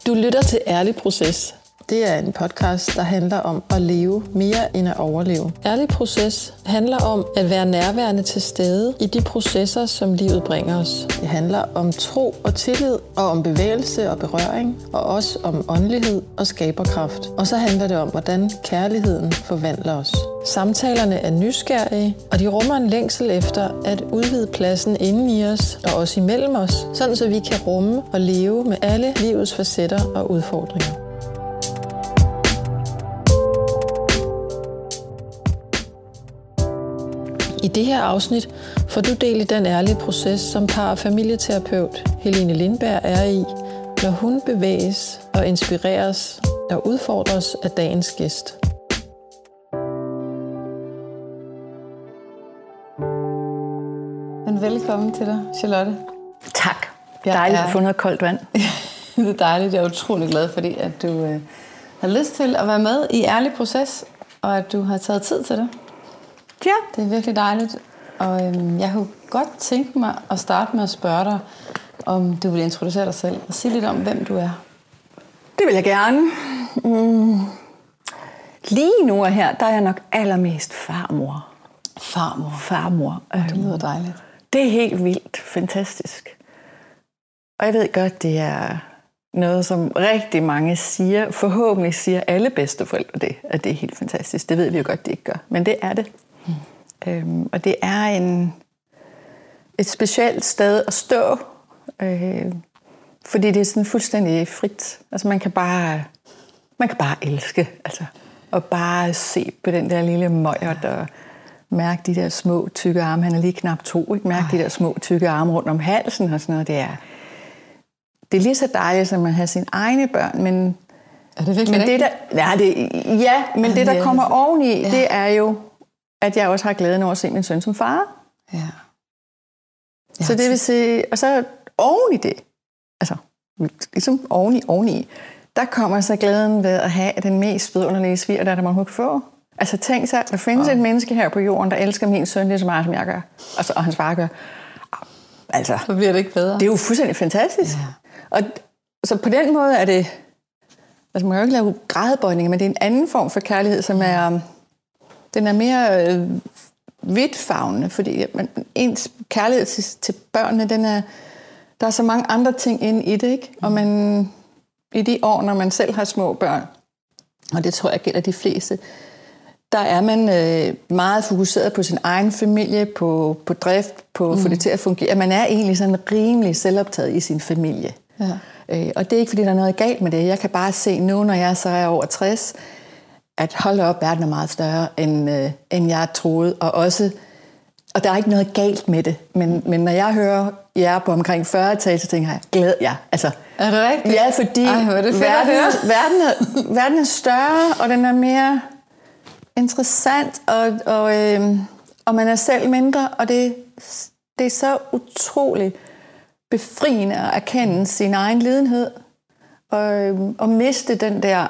Du lytter til Ærlig Proces. Det er en podcast, der handler om at leve mere end at overleve. Ærlig Proces handler om at være nærværende til stede i de processer, som livet bringer os. Det handler om tro og tillid, og om bevægelse og berøring, og også om åndelighed og skaberkraft. Og så handler det om, hvordan kærligheden forvandler os. Samtalerne er nysgerrige, og de rummer en længsel efter at udvide pladsen inden i os og også imellem os, sådan så vi kan rumme og leve med alle livets facetter og udfordringer. I det her afsnit får du del i den ærlige proces, som par- og familieterapeut Helene Lindberg er i, når hun bevæges og inspireres og udfordres af dagens gæst. Men velkommen til dig, Charlotte. Tak. Dejligt at få noget koldt vand. Det er dejligt. Jeg er utrolig glad, fordi at du har lyst til at være med i ærlig proces, og at du har taget tid til det. Ja. Det er virkelig dejligt. Og jeg kunne godt tænke mig at starte med at spørge dig, om du vil introducere dig selv og sige lidt om, hvem du er. Det vil jeg gerne. Lige nu her, der er jeg nok allermest farmor. Farmor. Det lyder dejligt. Det er helt vildt. Fantastisk. Og jeg ved godt, det er noget, som rigtig mange siger. Forhåbentlig siger alle bedsteforældre det, at det er helt fantastisk. Det ved vi jo godt, det ikke gør. Men det er det. Og det er et specielt sted at stå, fordi det er sådan fuldstændig frit. Altså man kan bare elske, altså, og bare se på den der lille møjert og mærke de der små tykke arme. Han er lige knap 2, ikke? Mærke de der små tykke arme rundt om halsen og sådan noget. Det er lige så dejligt, som at have sine egne børn, men er det virkelig men det der kommer oveni, det er jo, at jeg også har glæden over at se min søn som far. Ja. Så det vil sige, og så oven i det, altså ligesom oveni, der kommer så glæden ved at have den mest vidunderlige svigerdatter, man kan få. Altså tænk sig, der findes et menneske her på jorden, der elsker min søn lige så meget, som jeg gør, og hans far gør. Altså, så bliver det ikke bedre. Det er jo fuldstændig fantastisk. Ja. Og så på den måde er det, altså man kan jo ikke lave gradbøjninger, men det er en anden form for kærlighed, som den er mere vidtfavnende, fordi ens kærlighed til børnene, der er så mange andre ting inde i det, ikke? Og man, i de år, når man selv har små børn, og det tror jeg gælder de fleste, der er man meget fokuseret på sin egen familie, på drift, på at få det til at fungere. Man er egentlig sådan rimelig selvoptaget i sin familie. Ja. Og det er ikke, fordi der er noget galt med det. Jeg kan bare se nu, når jeg så er over 60, at holde op, verden er meget større, end jeg troede. Og der er ikke noget galt med det. Men når jeg hører jer på omkring 40-tal, så tænker jeg, glæd jer. Altså, er det rigtigt? Ja, fordi verden er større, og den er mere interessant, og man er selv mindre, og det er så utroligt befriende at erkende sin egen lidenhed, og miste den der.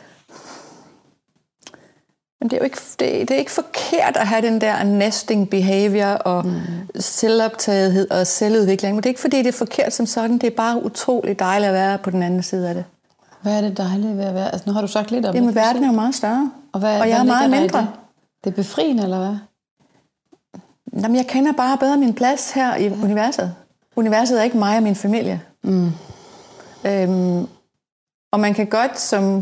Men det er jo ikke, det er ikke forkert at have den der nesting behavior og selvoptagethed og selvudvikling. Men det er ikke fordi, det er forkert som sådan. Det er bare utroligt dejligt at være på den anden side af det. Hvad er det dejligt ved at være? Altså, nu har du sagt lidt om det. Jamen, verden er jo meget større. Og jeg er meget mindre. Det er befriende, eller hvad? Jamen, jeg kender bare bedre min plads her i universet. Universet er ikke mig og min familie. Og man kan godt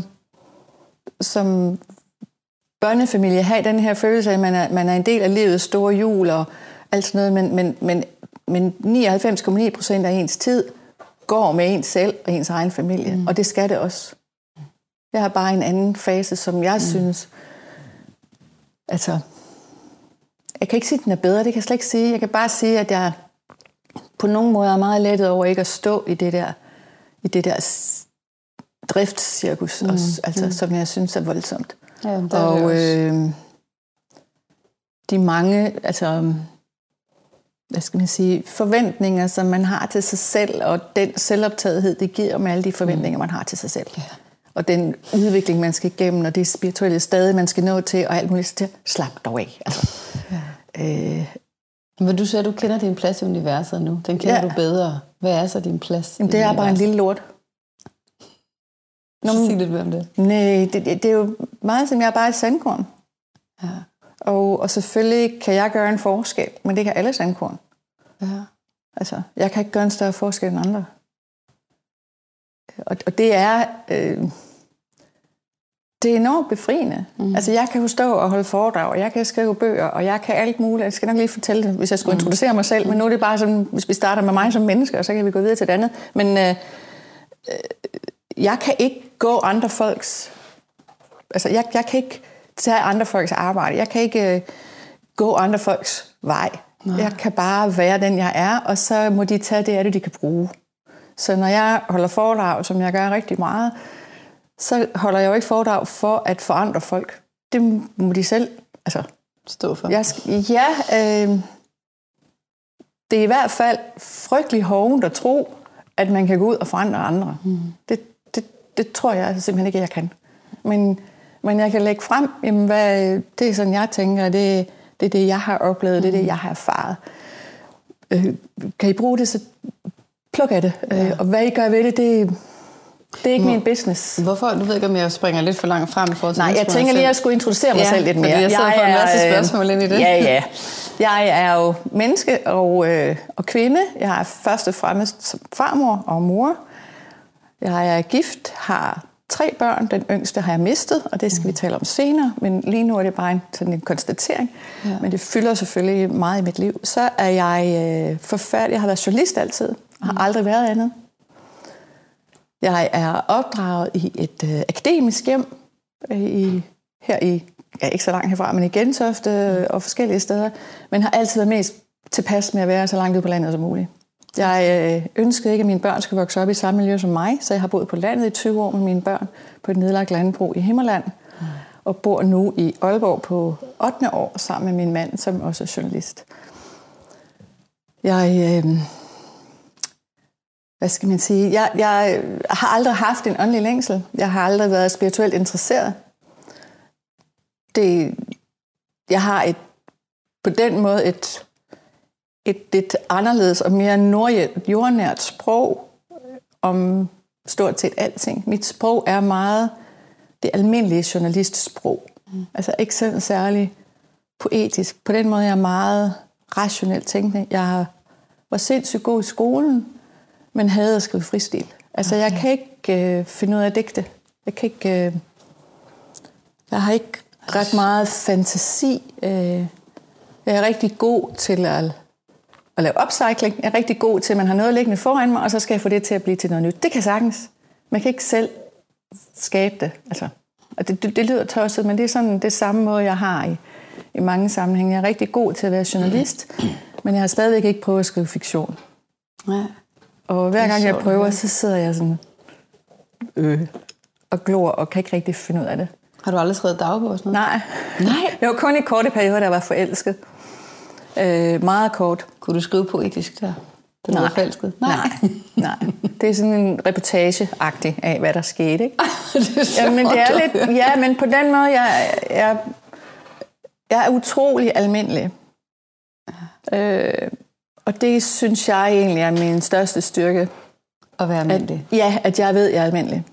som børnefamilie have den her følelse af, at man er en del af livets store hjul og alt sådan noget, men 99,9% af ens tid går med ens selv og ens egen familie, og det skal det også. Jeg har bare en anden fase, som jeg synes, altså, jeg kan ikke sige, at den er bedre, det kan jeg slet ikke sige. Jeg kan bare sige, at jeg på nogen måde er meget lettet over ikke at stå i det der driftscirkus, altså, som jeg synes er voldsomt. Ja, og de mange, altså, hvad skal man sige, forventninger, som man har til sig selv, og den selvoptagethed, det giver med alle de forventninger, man har til sig selv. Ja. Og den udvikling, man skal igennem, og det spirituelle stade, man skal nå til, og alt muligt til, slap dog af. Altså. Ja. Men du siger, at du kender din plads i universet nu. Den kender du bedre. Hvad er så din plads? Jamen, det er bare en lille lort. Sig lidt mere om det. Nej, det er jo meget som jeg er bare et sandkorn. Ja. Og selvfølgelig kan jeg gøre en forskel, men det kan alle sandkorn. Ja. Altså, jeg kan ikke gøre en større forskel end andre. Og det er... det er enormt befriende. Altså, jeg kan jo stå og holde foredrag, og jeg kan skrive bøger, og jeg kan alt muligt. Jeg skal nok lige fortælle det, hvis jeg skulle introducere mig selv, men nu er det bare sådan, hvis vi starter med mig som menneske, og så kan vi gå videre til det andet. Men jeg kan ikke gå andre folks... Altså, jeg kan ikke tage andre folks arbejde. Jeg kan ikke gå andre folks vej. Nej. Jeg kan bare være den, jeg er, og så må de tage det af det, de kan bruge. Så når jeg holder foredrag, som jeg gør rigtig meget, så holder jeg jo ikke foredrag for at forandre folk. Det må de selv stå for. Det er i hvert fald frygtelig hovent at tro, at man kan gå ud og forandre andre. Det tror jeg simpelthen ikke, jeg kan. Men jeg kan lægge frem, jamen, det er sådan, jeg tænker, det er det, jeg har oplevet, det er det, jeg har erfaret. Kan I bruge det, så pluk af det. Og hvad I gør ved det, det er ikke min business. Hvorfor? Du ved ikke, om jeg springer lidt for langt frem i forhold til... Nej, jeg tænker lige, at jeg skulle introducere mig selv lidt mere. Jeg sidder for en masse spørgsmål ind i det. Ja. Jeg er jo menneske og kvinde. Jeg er først og fremmest farmor og mor. Jeg er gift, har 3 børn. Den yngste har jeg mistet, og det skal vi tale om senere. Men lige nu er det bare sådan en konstatering. Ja. Men det fylder selvfølgelig meget i mit liv. Så er jeg forfatter. Jeg har været journalist altid, og har aldrig været andet. Jeg er opdraget i et akademisk hjem, ikke så langt herfra, men i Gentofte og forskellige steder, men har altid været mest tilpas med at være så langt ude på landet som muligt. Jeg ønskede ikke, at mine børn skulle vokse op i samme miljø som mig, så jeg har boet på landet i 20 år med mine børn på et nedlagt landbrug i Himmerland, og bor nu i Aalborg på 8. år sammen med min mand, som også er journalist. Hvad skal man sige? Jeg har aldrig haft en åndelig længsel. Jeg har aldrig været spirituelt interesseret. Jeg har på den måde et anderledes og mere jordnært sprog om stort set alting. Mit sprog er meget det almindelige journalistsprog. Altså ikke sådan særlig poetisk. På den måde er jeg meget rationelt tænkende. Jeg var sindssygt god i skolen, men havde at skrive fristil. Altså, okay. Jeg kan ikke finde ud af at digte. Jeg har ikke ret meget fantasi. Jeg er rigtig god til at lave upcycling. Jeg er rigtig god til, at man har noget liggende foran mig, og så skal jeg få det til at blive til noget nyt. Det kan jeg sagtens. Man kan ikke selv skabe det. Altså, og det lyder tosset, men det er sådan det samme måde, jeg har i mange sammenhænge. Jeg er rigtig god til at være journalist, men jeg har stadigvæk ikke prøvet at skrive fiktion. Nej. Og hver gang jeg prøver, så sidder jeg sådan og glor og kan ikke rigtig finde ud af det. Har du aldrig skrevet dagbog og sådan noget? Nej. Jeg var kun i korte perioder, der var forelsket. Meget kort. Kunne du skrive poetisk der? Den var forelsket? Nej. Det er sådan en reportage-agtig af, hvad der skete, ikke? Men på den måde, jeg er utrolig almindelig. Og det synes jeg egentlig er min største styrke. At være almindelig? At jeg ved, at jeg er almindelig.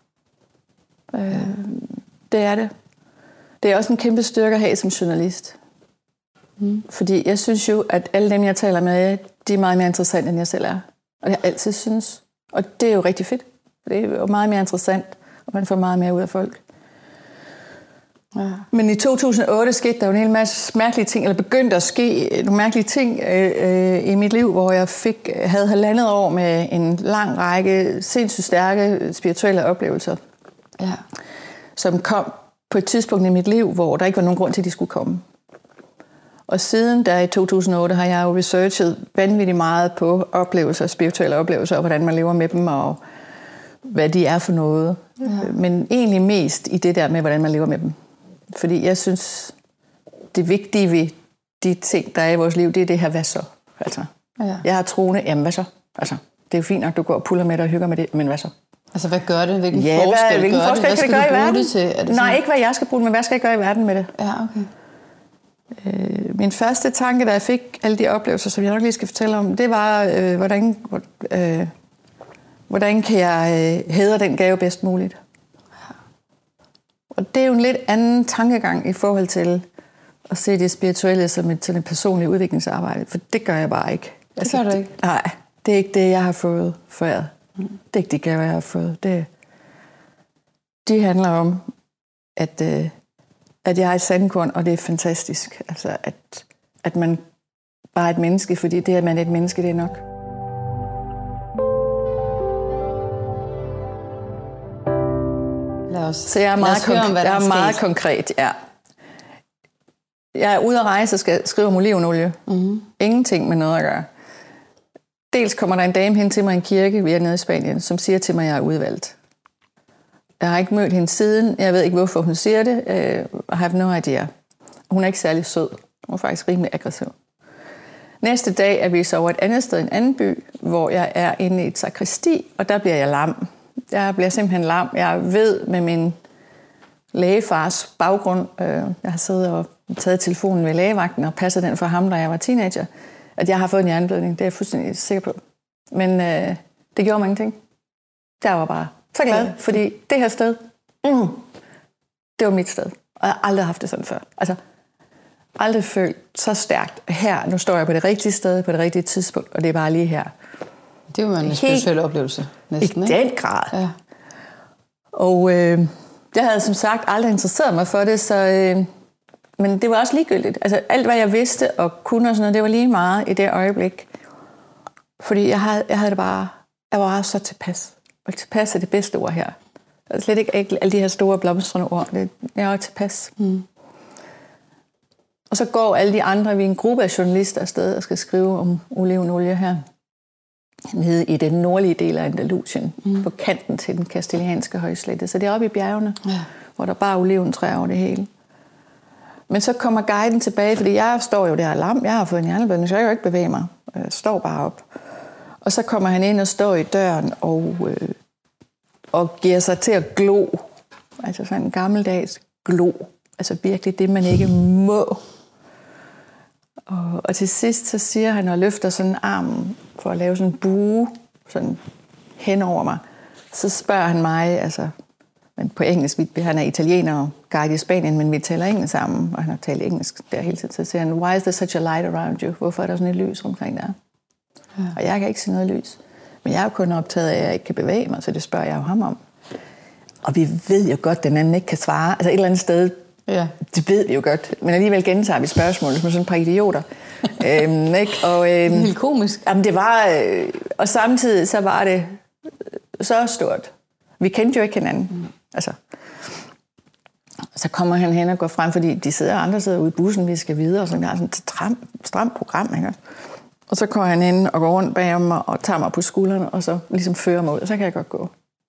Det er det. Det er også en kæmpe styrke at have som journalist. Fordi jeg synes jo, at alle dem, jeg taler med, de er meget mere interessante, end jeg selv er. Og det har jeg altid synes. Og det er jo rigtig fedt. Det er jo meget mere interessant, og man får meget mere ud af folk. Ja. Men i 2008 skete der jo en hel masse mærkelige ting, eller begyndte at ske nogle mærkelige ting i mit liv, hvor jeg havde 1,5 år med en lang række sindssygt stærke spirituelle oplevelser, som kom på et tidspunkt i mit liv, hvor der ikke var nogen grund til, at de skulle komme. Og siden der i 2008 har jeg jo researchet vanvittigt meget på oplevelser, spirituelle oplevelser, og hvordan man lever med dem, og hvad de er for noget. Ja. Men egentlig mest i det der med, hvordan man lever med dem. Fordi jeg synes, det vigtige ved de ting, der er i vores liv, det er det her, hvad så? Altså, jeg har troende, jamen hvad så? Altså, det er jo fint, at du går og puller med det og hygger med det, men hvad så? Altså, hvad gør det? Hvilken forskel gør det? Hvad skal du bruge det til? Nej, ikke hvad jeg skal bruge det, men hvad skal jeg gøre i verden med det? Ja, okay. Min første tanke, da jeg fik alle de oplevelser, som jeg nok lige skal fortælle om, det var, hvordan kan jeg hædre den gave bedst muligt? Og det er jo en lidt anden tankegang i forhold til at se det spirituelle som et personligt udviklingsarbejde, for det gør jeg bare ikke. Det gør du ikke? Nej, det er ikke det, jeg har fået foræret. Det er ikke de gaver, jeg har fået. De handler om, at jeg har et sandkorn, og det er fantastisk. Altså, at man bare er et menneske, fordi det, at man er et menneske, det er nok. Så jeg er meget konkret, ja. Jeg er ude at rejse og skal skrive om olivenolie. Ingenting med noget at gøre. Dels kommer der en dame hen til mig i en kirke, vi er nede i Spanien, som siger til mig, at jeg er udvalgt. Jeg har ikke mødt hende siden. Jeg ved ikke, hvorfor hun siger det. I have no idea. Hun er ikke særlig sød. Hun er faktisk rimelig aggressiv. Næste dag er vi så over et andet sted, en anden by, hvor jeg er inde i et sakristi, og der bliver jeg lam. Jeg bliver simpelthen lam. Jeg ved med min lægefars baggrund, jeg har siddet og taget telefonen ved lægevagten og passet den for ham, da jeg var teenager, at jeg har fået en hjerneblødning. Det er jeg fuldstændig sikker på. Men det gjorde mig ingenting. Jeg var bare så glad, fordi det her sted, det var mit sted. Og jeg har aldrig haft det sådan før. Altså, aldrig følt så stærkt. Her, nu står jeg på det rigtige sted, på det rigtige tidspunkt, og det er bare lige her. Det var en speciel oplevelse, næsten, ikke? I den grad. Ja. Og jeg havde som sagt aldrig interesseret mig for det, så, men det var også ligegyldigt. Altså, alt, hvad jeg vidste og kunne og sådan noget, det var lige meget i det øjeblik. Fordi jeg havde det bare, jeg var bare så tilpas. Og tilpas er det bedste ord her. Altså, slet ikke alle de her store blomstrende ord. Jeg var tilpas. Og så går alle de andre, vi er en gruppe af journalister afsted og skal skrive om olivenolie her. Nede i den nordlige del af Andalusien, på kanten til den kastilianske højslette. Så det er oppe i bjergene, hvor der bare er oliventræer over det hele. Men så kommer guiden tilbage, fordi jeg står jo der lam. Jeg har fået en hjerneblødning, så jeg kan jo ikke bevæge mig. Jeg står bare op. Og så kommer han ind og står i døren og giver sig til at glo. Altså sådan en gammeldags glo. Altså virkelig det, man ikke må. Og til sidst så siger han og løfter sådan en arm for at lave sådan en bue sådan hen over mig. Så spørger han mig, altså men på engelsk, han er italiener og guide i Spanien, men vi taler engelsk sammen, og han har talt engelsk der hele tiden. Så siger han, why is there such a light around you? Hvorfor er der sådan et lys omkring der? Ja. Og jeg kan ikke se noget lys. Men jeg er jo kun optaget af, at jeg ikke kan bevæge mig, så det spørger jeg jo ham om. Og vi ved jo godt, at den anden ikke kan svare. Altså et eller andet sted, det ved vi jo godt. Men alligevel gentager vi spørgsmål, som sådan et par idioter. Ikke? Og, helt komisk. Jamen det var, og samtidig så var det så stort. Vi kendte jo ikke hinanden. Altså. Så kommer han hen og går frem, fordi de sidder andre sidder ude i bussen, vi skal videre, og så vi har sådan et stramt program. Ikke? Og så kommer han ind og går rundt bag mig og tager mig på skuldrene, og så ligesom fører mig ud, og så kan jeg godt gå.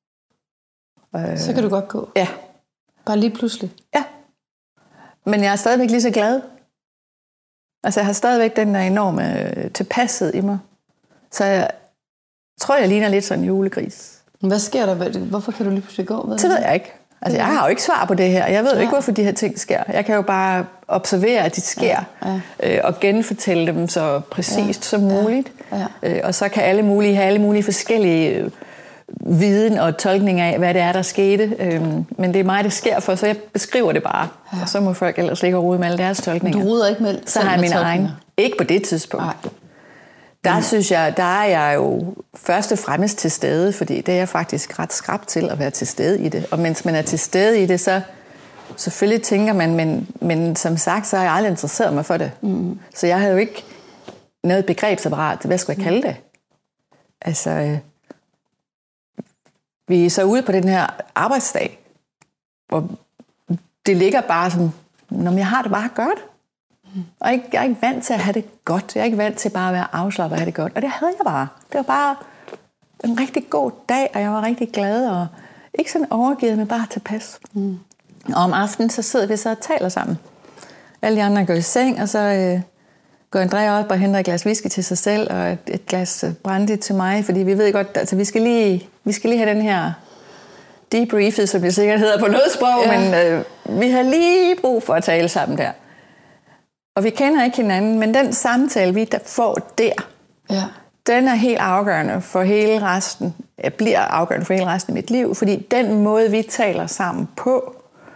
Så kan du godt gå? Ja. Bare lige pludselig? Ja. Men jeg er stadigvæk lige så glad. Altså jeg har stadigvæk den der enorme tilpasset i mig. Så jeg tror, jeg ligner lidt sådan en julegris. Hvad sker der? Hvorfor kan du lige pludselig gå? Det ved jeg ikke. Altså jeg har jo ikke svar på det her. Jeg ved jo ikke, hvorfor de her ting sker. Jeg kan jo bare observere, at de sker. Og genfortælle dem så præcist som muligt. Og så kan alle mulige have alle mulige forskellige viden og tolkning af, hvad det er, der skete. Men det er mig, det sker for, så jeg beskriver det bare. Og så må folk ellers ligge og rode med alle deres tolkninger. Du ruder ikke med så har jeg min egen. Ikke på det tidspunkt. Nej. Der synes jeg, der er jeg jo først og fremmest til stede, fordi det er jeg faktisk ret skrap til at være til stede i det. Og mens man er til stede i det, så selvfølgelig tænker man, men som sagt, så har jeg aldrig interesseret mig for det. Så jeg havde jo ikke noget begrebsapparat. Hvad skulle jeg kalde det? Altså, vi er så ude på den her arbejdsdag, hvor det ligger bare sådan, når jeg har det bare godt. Og jeg er ikke vant til at have det godt. Jeg er ikke vant til bare at være afslappet og have det godt. Og det havde jeg bare. Det var bare en rigtig god dag, og jeg var rigtig glad. Og ikke sådan overgivet, men bare tilpas. Og om aftenen, så sidder vi så og taler sammen. Alle de andre går i seng, og så går Andrea op og henter et glas whisky til sig selv, og et glas brandy til mig. Fordi vi ved godt, altså vi skal lige have den her debriefet, som det sikkert hedder på noget sprog, men vi har lige brug for at tale sammen der. Og vi kender ikke hinanden, men den samtale, vi får der, den er helt afgørende for hele resten, bliver afgørende for hele resten af mit liv, fordi den måde, vi taler sammen på,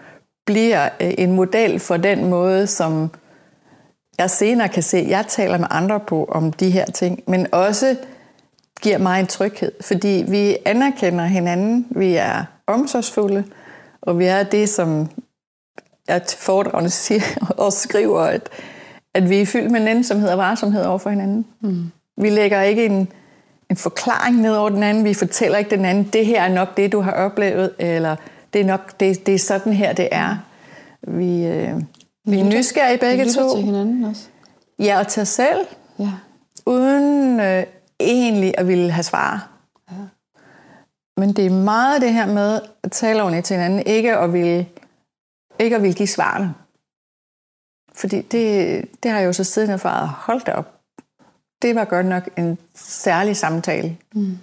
bliver en model for den måde, som jeg senere kan se, jeg taler med andre på om de her ting, men også giver mig en tryghed, fordi vi anerkender hinanden, vi er omsorgsfulde, og vi er det, som jeg foredragende siger og skriver, at vi er fyldt med nændsomhed og varsomhed over for hinanden. Vi lægger ikke en forklaring ned over den anden, vi fortæller ikke den anden, det her er nok det, du har oplevet, eller det er nok det er sådan her, det er. Vi er nysgerrige begge to. Vi lytter til hinanden også. Ja, og til os selv. Ja. Uden egentlig at ville have svar. Ja. Men det er meget det her med at tale ordentligt til hinanden, ikke at ville give svarene. Fordi det har jeg jo så siden erfaret. Hold da op. Det var godt nok en særlig samtale.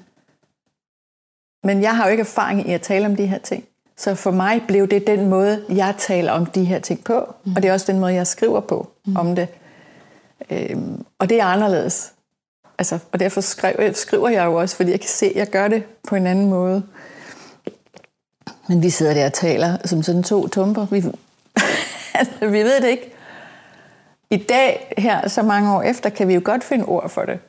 Men jeg har jo ikke erfaring i at tale om de her ting. Så for mig blev det den måde, jeg taler om de her ting på. Og det er også den måde, jeg skriver på om det. Og det er anderledes. Altså, og derfor skriver jeg jo også, fordi jeg kan se, at jeg gør det på en anden måde. Men vi sidder der og taler som sådan to tumper. Vi ved det ikke. I dag, her så mange år efter, kan vi jo godt finde ord for det.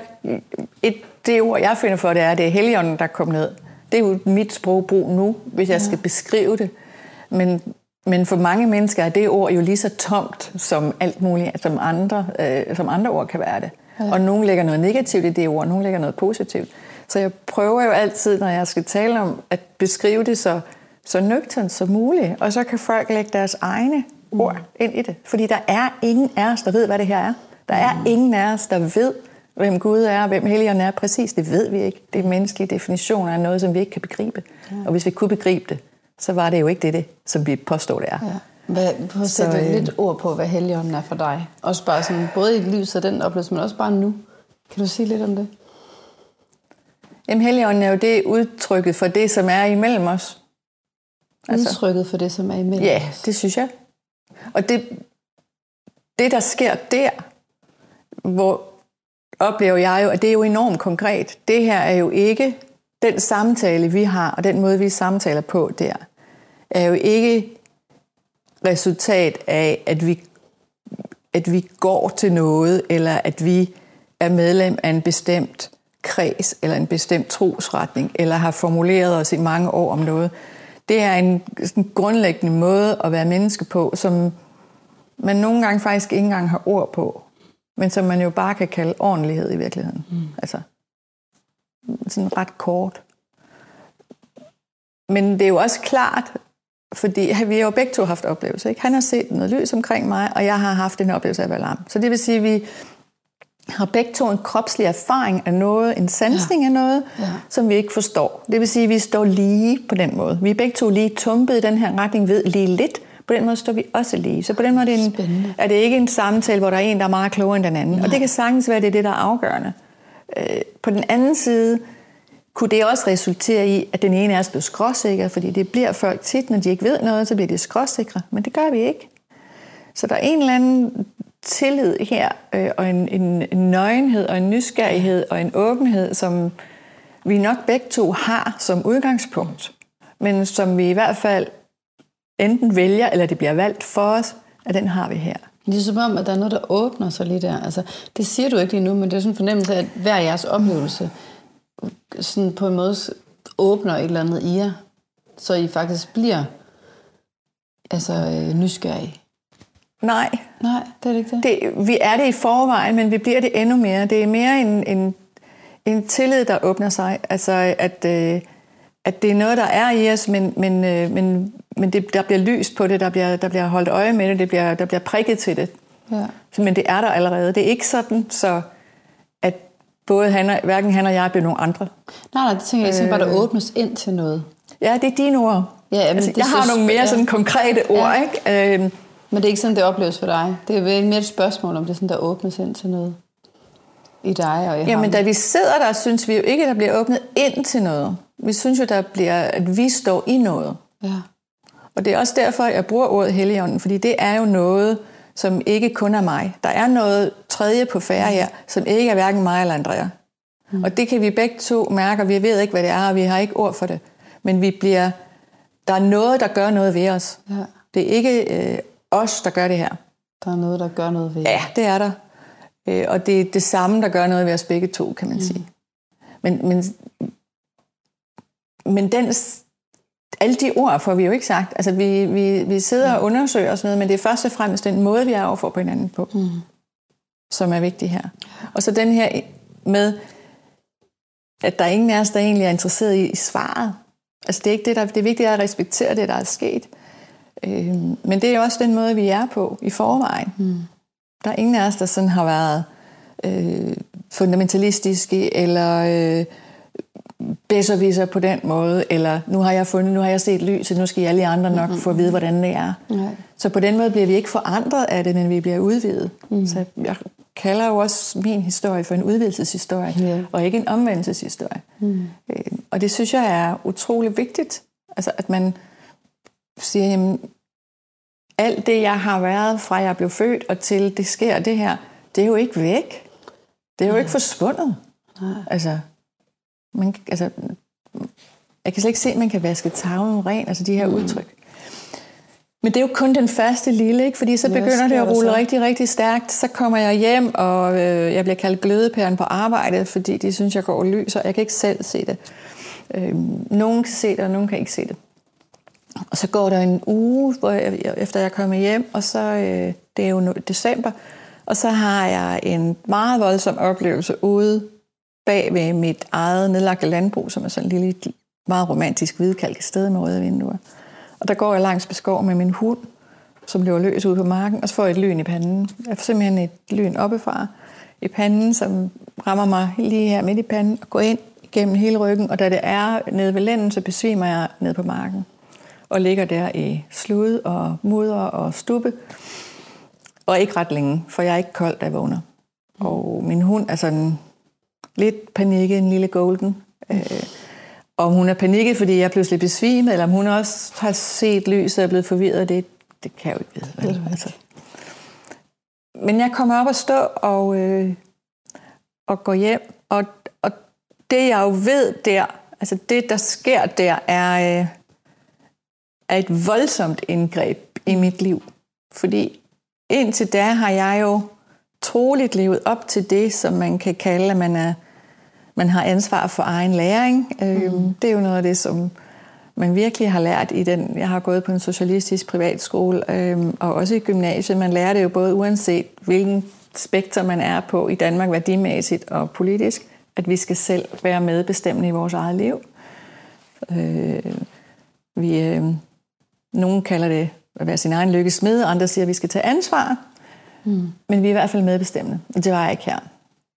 Det ord, jeg finder for det, er Helligånden, der kom ned. Det er jo mit sprogbrug nu, hvis jeg skal beskrive det. Men for mange mennesker er det ord jo lige så tomt som alt muligt, som andre ord kan være det. Ja. Og nogen lægger noget negativt i det ord, nogen lægger noget positivt. Så jeg prøver jo altid, når jeg skal tale om, at beskrive det så nøgternt som muligt. Og så kan folk lægge deres egne ord ind i det. Fordi der er ingen af os, der ved, hvad det her er. Der er ingen af os, der ved, hvem Gud er, og hvem Helligånden er præcis. Det ved vi ikke. Det er menneskelige definitioner af noget, som vi ikke kan begribe. Ja. Og hvis vi kunne begribe det, så var det jo ikke det som vi påstår, det er. Ja. Prøv at sætte lidt ord på, hvad Helligånden er for dig. Også bare sådan, både i livet og den oplevelse, men også bare nu. Kan du sige lidt om det? Jamen, Helligånden er jo det udtrykket for det, som er imellem os. Udtrykket for det, som er imellem os? Ja, det synes jeg. Og det, der sker der, hvor oplever jeg jo, at det er jo enormt konkret. Det her er jo ikke den samtale, vi har, og den måde, vi samtaler på der, er jo ikke resultat af, at vi går til noget, eller at vi er medlem af en bestemt kreds, eller en bestemt trosretning, eller har formuleret os i mange år om noget. Det er en sådan grundlæggende måde at være menneske på, som man nogle gange faktisk ikke engang har ord på, men som man jo bare kan kalde ordentlighed i virkeligheden. Altså, sådan ret kort. Men det er jo også klart, fordi vi har jo begge to haft oplevelser. Ikke? Han har set noget lys omkring mig, og jeg har haft en oplevelse af at være lam. Så det vil sige, at vi har begge to en kropslig erfaring af noget, en sansning af noget, som vi ikke forstår. Det vil sige, at vi står lige på den måde. Vi er begge to lige tumpet i den her retning, ved lige lidt. På den måde står vi også lige. Så på den måde er det ikke en samtale, hvor der er en, der er meget klogere end den anden. Og det kan sagtens være, det er det, der er afgørende. På den anden side kunne det også resultere i, at den ene af os blev skråsikker, fordi det bliver folk tit, når de ikke ved noget, så bliver de skråsikre. Men det gør vi ikke. Så der er en eller anden tillid her, og en nøgenhed, og en nysgerrighed, og en åbenhed, som vi nok begge to har som udgangspunkt, men som vi i hvert fald enten vælger, eller det bliver valgt for os, at den har vi her. Det er som om, at der er noget, der åbner sig lige der. Altså, det siger du ikke lige nu, men det er sådan en fornemmelse af, at hver jeres oplevelse sådan på en måde åbner et eller andet i jer, så I faktisk bliver nysgerrige. Nej, det er det ikke det. Vi er det i forvejen, men vi bliver det endnu mere. Det er mere en tillid, der åbner sig. Altså, at det er noget, der er i os, men der bliver lyst på det, der bliver holdt øje med det, der bliver prikket til det. Ja. Men det er der allerede. Det er ikke sådan, så at hverken han og jeg bliver nogen andre. Nej, det tænker jeg bare, der åbnes ind til noget. Ja, det er dine ord. Ja, altså, jeg har nogle mere sådan konkrete ord, ikke? Men det er ikke sådan, det opleves for dig. Det er mere et spørgsmål, om det er sådan, der åbnes ind til noget i dig og i ham. Jamen, da vi sidder der, synes vi jo ikke, at der bliver åbnet ind til noget. Vi synes jo, at vi står i noget. Ja. Og det er også derfor, jeg bruger ordet Helligånden, fordi det er jo noget, som ikke kun er mig. Der er noget tredje på færre her, som ikke er hverken mig eller Andrea. Og det kan vi begge to mærke, og vi ved ikke, hvad det er, og vi har ikke ord for det. Men der er noget, der gør noget ved os. Ja. Det er ikke os, der gør det her. Der er noget, der gør noget ved. Ja, det er der. Og det er det samme, der gør noget ved os begge to, kan man sige. Men alle de ord får vi jo ikke sagt. Altså, vi sidder og undersøger og sådan noget, men det er først og fremmest den måde, vi er overfor på hinanden på, som er vigtig her. Og så den her med, at der er ingen af os, der egentlig er interesseret i svaret. Altså, det er ikke det, det er vigtigt at respektere det, der er sket. Men det er også den måde, vi er på i forvejen. Der er ingen af os, der sådan har været fundamentalistiske, eller bedserviser på den måde, eller nu har jeg set lyset, nu skal I alle andre nok få at vide, hvordan det er. Så på den måde bliver vi ikke forandret af det, men vi bliver udvidet. Så jeg kalder jo også min historie for en udvidelseshistorie, og ikke en omvendelseshistorie. Og det synes jeg er utrolig vigtigt. Altså, at man siger, jamen, alt det, jeg har været fra jeg blev født og til det sker det her, det er jo ikke væk. Det er jo ikke forsvundet. Altså, jeg kan slet ikke se, at man kan vaske tavlen ren, altså de her udtryk. Men det er jo kun den første lille, ikke? Fordi så begynder det at rulle rigtig, rigtig stærkt. Så kommer jeg hjem, og jeg bliver kaldt glødepæren på arbejde, fordi de synes, jeg går og lyser. Jeg kan ikke selv se det. Nogen kan se det, og nogen kan ikke se det. Og så går der en uge, efter jeg kommer hjem, og så det er jo december, og så har jeg en meget voldsom oplevelse ude bag ved mit eget nedlagte landbrug, som er sådan en lille, meget romantisk hvidkalket sted med røde vinduer. Og der går jeg langs beskov med min hund, som løber løs ude på marken, og så får jeg et lyn i panden. Jeg får simpelthen et lyn oppefra i panden, som rammer mig lige her midt i panden, og går ind gennem hele ryggen, og da det er nede ved lænden, så besvimer jeg ned på marken. Og ligger der i slud og mudder og stubbe. Og ikke ret længe, for jeg er ikke kold, da jeg vågner. Og min hund er sådan lidt panikket, en lille golden. Om hun er panikket, fordi jeg pludselig besvimet, eller om hun også har set lyset og er blevet forvirret, det kan jeg jo ikke vide. Altså. Men jeg kommer op og stå og går hjem, og det jeg jo ved der, altså det der sker der, er et voldsomt indgreb i mit liv. Fordi indtil da har jeg jo troligt levet op til det, som man kan kalde, at man har ansvar for egen læring. Det er jo noget af det, som man virkelig har lært i den. Jeg har gået på en socialistisk privatskole, og også i gymnasiet. Man lærer det jo både uanset, hvilken spektrum man er på i Danmark, værdimæssigt og politisk, at vi skal selv være medbestemmende i vores eget liv. Nogen kalder det at være sin egen lykkes smed, andre siger, at vi skal tage ansvar. Men vi er i hvert fald medbestemmende. Det var jeg ikke her.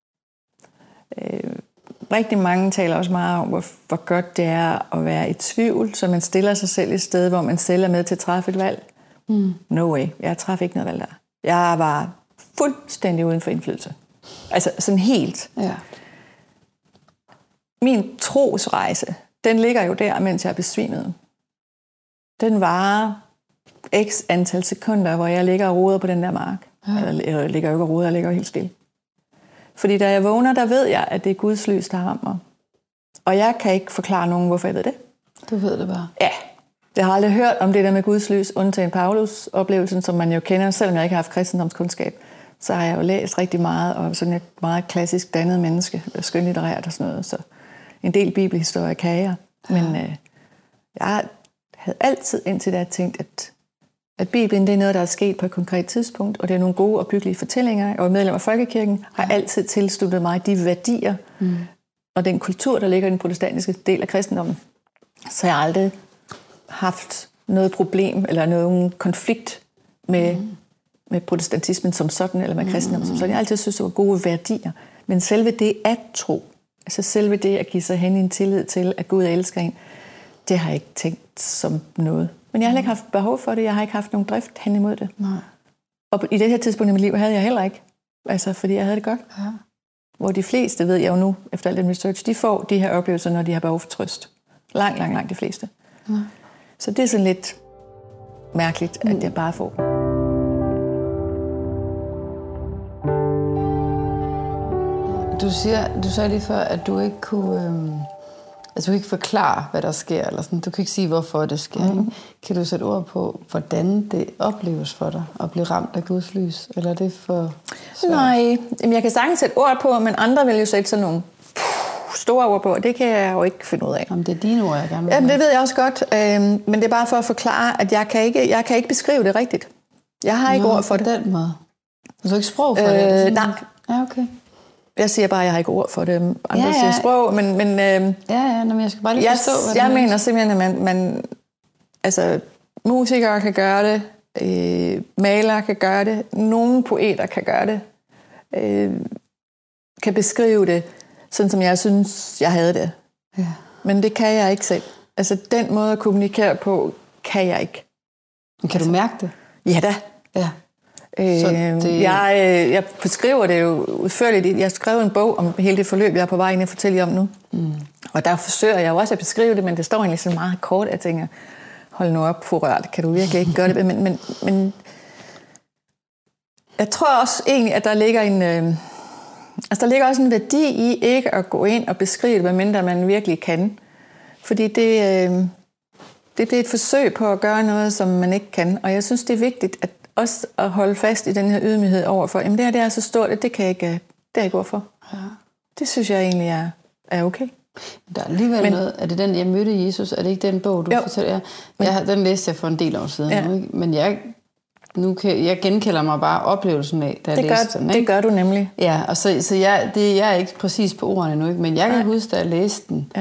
Rigtig mange taler også meget om, hvor godt det er at være i tvivl, så man stiller sig selv et sted, hvor man selv er med til at træffe et valg. No way. Jeg træffede ikke noget valg der. Jeg var fuldstændig uden for indflydelse. Altså sådan helt. Ja. Min trosrejse, den ligger jo der, mens jeg er besvimet. Den varer x antal sekunder, hvor jeg ligger og roder på den der mark. Ja. Eller ligger jo ikke og roder, jeg ligger helt stille. Fordi da jeg vågner, der ved jeg, at det er Guds lys, der har ramt mig. Og jeg kan ikke forklare nogen, hvorfor jeg ved det. Du ved det bare. Ja. Jeg har aldrig hørt om det der med Guds lys, undtagen Paulus-oplevelsen, som man jo kender, selvom jeg ikke har haft kristendomskundskab. Så har jeg jo læst rigtig meget, og sådan et meget klassisk dannet menneske, skønlitterært og sådan noget. Så en del bibelhistorie kan jeg. Men jeg havde altid indtil da tænkt, at Bibelen det er noget, der er sket på et konkret tidspunkt, og det er nogle gode og byggelige fortællinger. Jeg var medlem af Folkekirken, har altid tilsluttet mig de værdier og den kultur, der ligger i den protestantiske del af kristendommen. Så jeg har aldrig haft noget problem eller nogen konflikt med protestantismen som sådan, eller med kristendommen som sådan. Jeg har altid synes, det var gode værdier. Men selve det at tro, altså selve det at give sig hen i en tillid til, at Gud elsker en, det har jeg ikke tænkt som noget. Men jeg har ikke haft behov for det. Jeg har ikke haft nogen drift hen imod det. Nej. Og i det her tidspunkt i mit liv havde jeg heller ikke. Altså, fordi jeg havde det godt. Ja. Hvor de fleste, ved jeg jo nu, efter al den research, de får de her oplevelser, når de har behov for trøst. Langt de fleste. Ja. Så det er sådan lidt mærkeligt, at jeg bare får. Du sagde lige før, at du ikke kunne... Altså, du kan ikke forklare, hvad der sker, eller sådan. Du kan ikke sige, hvorfor det sker. Ikke? Kan du sætte ord på, hvordan det opleves for dig at blive ramt af Guds lys? Eller er det for svært? Nej, jeg kan sagtens sætte ord på, men andre vil jo sætte sådan nogle store ord på, og det kan jeg jo ikke finde ud af. Jamen, det er dine ord, jeg gerne vil. Jamen, det ved jeg også godt, men det er bare for at forklare, at jeg kan ikke beskrive det rigtigt. Jeg har ikke ord for det. På den måde. Du har ikke sprog for det? Nej. Ja, okay. Jeg siger bare, at jeg har ikke ord for det. Andre siger sprog, men men jeg skal bare lige forstå, hvad det jeg mener simpelthen, at man altså, musikere kan gøre det, malere kan gøre det, nogle poeter kan gøre det, kan beskrive det, sådan som jeg synes, jeg havde det. Ja. Men det kan jeg ikke selv. Altså, den måde at kommunikere på, kan jeg ikke. Men kan du mærke det? Ja da. Ja. Jeg beskriver det jo udførligt. Jeg skrev en bog om hele det forløb, jeg er på vej ind og fortælle jer om nu. Og der forsøger jeg jo også at beskrive det, men det står egentlig så meget kort, at jeg tænker, hold nu op, forrørt, kan du virkelig ikke gøre det? Men jeg tror også egentlig, at der ligger der ligger også en værdi i ikke at gå ind og beskrive det, medmindre man virkelig kan. Fordi det er et forsøg på at gøre noget, som man ikke kan. Og jeg synes, det er vigtigt også at holde fast i den her ydmyghed overfor, jamen det her det er så stort, at det kan jeg ikke gå for. Ja. Det synes jeg egentlig er okay. Der er alligevel noget, er det den, jeg mødte Jesus? Er det ikke den bog, du fortæller? Den læste jeg for en del år siden. Ja. Nu, men jeg genkalder mig bare oplevelsen af, da jeg læste den. Det gør du nemlig. Ja, og så jeg er ikke præcis på ordene nu, ikke? Men jeg kan huske, da jeg læste den,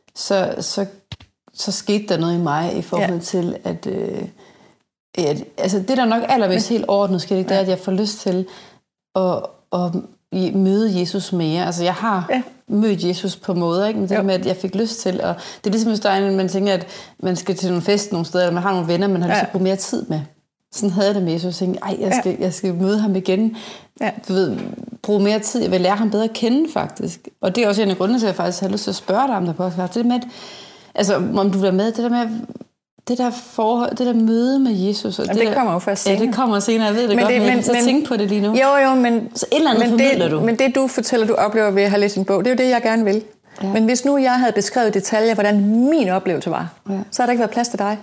så skete der noget i mig i forhold til, at altså det der nok allermest helt ordnet sker, det er, at jeg får lyst til at møde Jesus mere. Altså jeg har mødt Jesus på måder, ikke? Men det med, at jeg fik lyst til, og det er ligesom, hvis der er man tænker, at man skal til nogle fest nogle steder, eller man har nogle venner, man har lyst til at bruge mere tid med. Sådan havde jeg det med Jesus. Jeg tænkte, jeg skal møde ham igen. Ja. Du ved, bruge mere tid. Jeg vil lære ham bedre at kende, faktisk. Og det er også en af grundene til, at jeg faktisk har lyst til at spørge dig om det podcast. Det med, at, altså om du vil være med, det der med, det der forhold, det der møde med Jesus. Og jamen, det kommer jo først senere. Ja, det kommer senere. Jeg ved det godt, men jeg kan tænke på det lige nu. Jo, men så et eller andet formidler du. Men det du fortæller, du oplever ved at have læst en bog, det er jo det, jeg gerne vil. Ja. Men hvis nu jeg havde beskrevet detaljer, hvordan min oplevelse var, så har der ikke været plads til dig.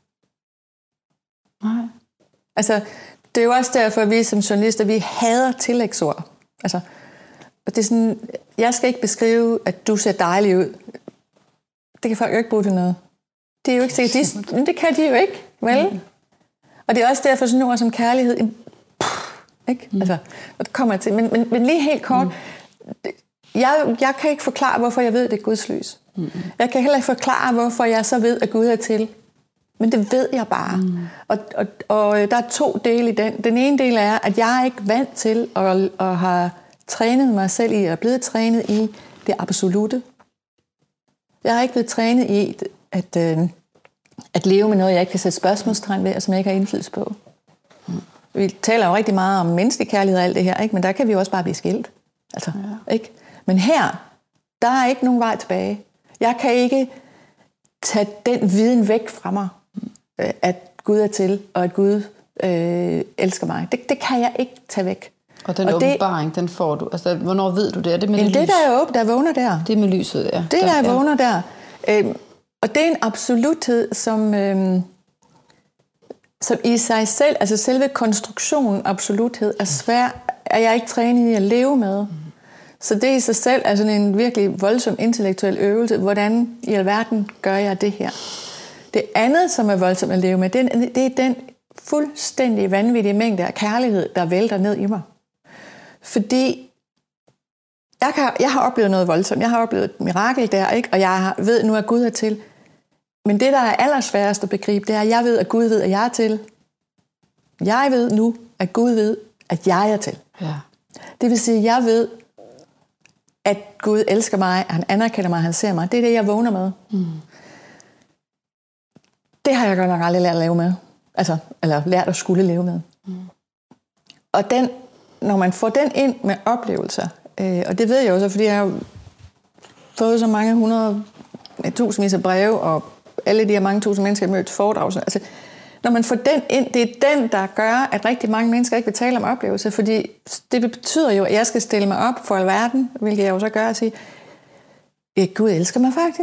Nej. Altså, det er jo også derfor, at vi som journalister, vi hader tillægsord. Altså, det er sådan, jeg skal ikke beskrive, at du ser dejlig ud. Det kan folk jo ikke bruge til noget. Det er jo ikke sikkert, det kan de jo ikke, vel? Og det er også derfor, sådan ord som kærlighed, ikke? Altså, når det kommer til. Men lige helt kort, jeg kan ikke forklare, hvorfor jeg ved, det er Guds lys. Jeg kan heller ikke forklare, hvorfor jeg så ved, at Gud er til. Men det ved jeg bare. Og der er 2 dele i den. Den ene del er, at jeg er ikke vant til at have trænet mig selv i, og blevet trænet i det absolute. Jeg har ikke blevet trænet i at leve med noget, jeg ikke kan sætte spørgsmålstegn ved, og som jeg ikke har indflydelse på. Vi taler jo rigtig meget om menneskelig kærlighed og alt det her, ikke? Men der kan vi jo også bare blive skilt. Altså, ikke? Men her, der er ikke nogen vej tilbage. Jeg kan ikke tage den viden væk fra mig, at Gud er til, og at Gud elsker mig. Det kan jeg ikke tage væk. Og den åbenbaring, den får du. Altså, hvornår ved du det? Er det med det lys? Det der er åbent, der vågner der. Det er med lyset, ja. Det der vågner der. Og det er en absoluthed, som i sig selv, altså selve konstruktionen absoluthed, er jeg ikke trænet i at leve med. Så det i sig selv er sådan en virkelig voldsom intellektuel øvelse. Hvordan i alverden gør jeg det her? Det andet, som er voldsomt at leve med, det er den fuldstændig vanvittige mængde af kærlighed, der vælter ned i mig. Fordi jeg har oplevet noget voldsomt. Jeg har oplevet et mirakel der, ikke? Og jeg ved nu, at Gud er til. Men det, der er allersværest at begribe, det er, at jeg ved, at Gud ved, at jeg er til. Jeg ved nu, at Gud ved, at jeg er til. Ja. Det vil sige, at jeg ved, at Gud elsker mig, at han anerkender mig, at han ser mig. Det er det, jeg vågner med. Det har jeg godt nok aldrig lært at leve med. Altså, eller lært at skulle leve med. Og når man får den ind med oplevelser, og det ved jeg også, fordi jeg har fået så mange tusindvis af breve, og alle de her mange tusind mennesker har mødt foredrag. Altså, når man får den ind, det er den, der gør, at rigtig mange mennesker ikke vil tale om oplevelser, fordi det betyder jo, at jeg skal stille mig op for alverden, hvilket jeg jo så gør, og sige, Gud elsker mig faktisk.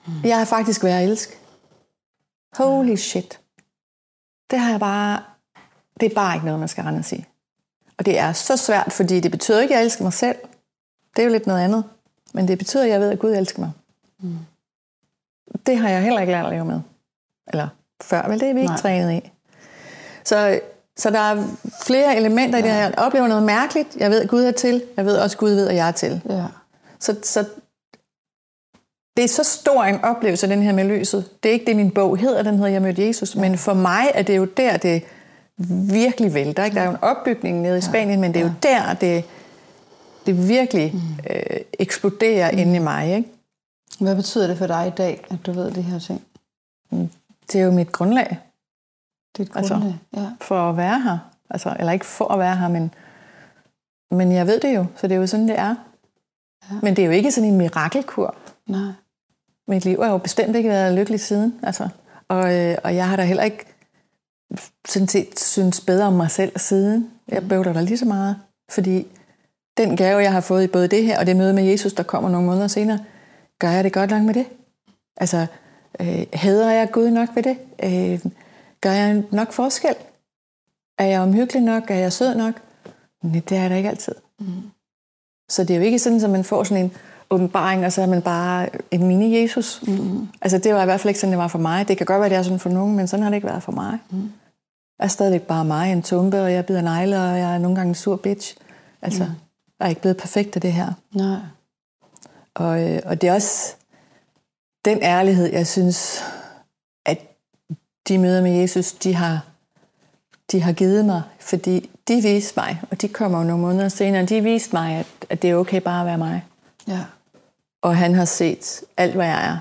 Jeg har faktisk været elsket. Holy shit. Det er bare ikke noget, man skal rende og sige. Og det er så svært, fordi det betyder ikke, at jeg elsker mig selv. Det er jo lidt noget andet. Men det betyder, at jeg ved, at Gud elsker mig. Det har jeg heller ikke lært at leve med. Eller før, vel, det er vi ikke trænet i. Så der er flere elementer i det her. Jeg oplever noget mærkeligt. Jeg ved, at Gud er til. Jeg ved også, at Gud ved, at jeg er til. Ja. Så det er så stor en oplevelse, den her med lyset. Det er ikke det, min bog hedder. Den hedder Jeg mødte Jesus. Men for mig er det jo der, det virkelig vælter. Ikke? Der er jo en opbygning nede i Spanien, men det er jo der, det virkelig eksploderer inde i mig. Ikke? Hvad betyder det for dig i dag, at du ved det her ting? Det er jo mit grundlag. Dit grundlag, for at være her. Altså, eller ikke for at være her, men jeg ved det jo, så det er jo sådan, det er. Ja. Men det er jo ikke sådan en mirakelkur. Nej. Mit liv har jo bestemt ikke været lykkeligt siden. Altså. Og jeg har da heller ikke sådan set synes bedre om mig selv siden. Jeg bøvler der lige så meget. Fordi den gave, jeg har fået i både det her og det møde med Jesus, der kommer nogle måneder senere, gør jeg det godt nok med det? Altså, hædrer jeg Gud nok ved det? Gør jeg nok forskel? Er jeg omhyggelig nok? Er jeg sød nok? Nej, det er der ikke altid. Så det er jo ikke sådan, at man får sådan en åbenbaring, og så er man bare en mini-Jesus. Altså, det var i hvert fald ikke sådan, det var for mig. Det kan godt være, det er sådan for nogen, men sådan har det ikke været for mig. Jeg er stadigvæk bare mig, en tumpe, og jeg bider negle, og jeg er nogle gange en sur bitch. Altså, jeg er ikke blevet perfekt af det her. Nej. Og det er også den ærlighed, jeg synes, at de møder med Jesus, de har givet mig, fordi de viste mig, og de kommer jo nogle måneder senere, de viste mig, at det er okay bare at være mig. Ja. Og han har set alt, hvad jeg er.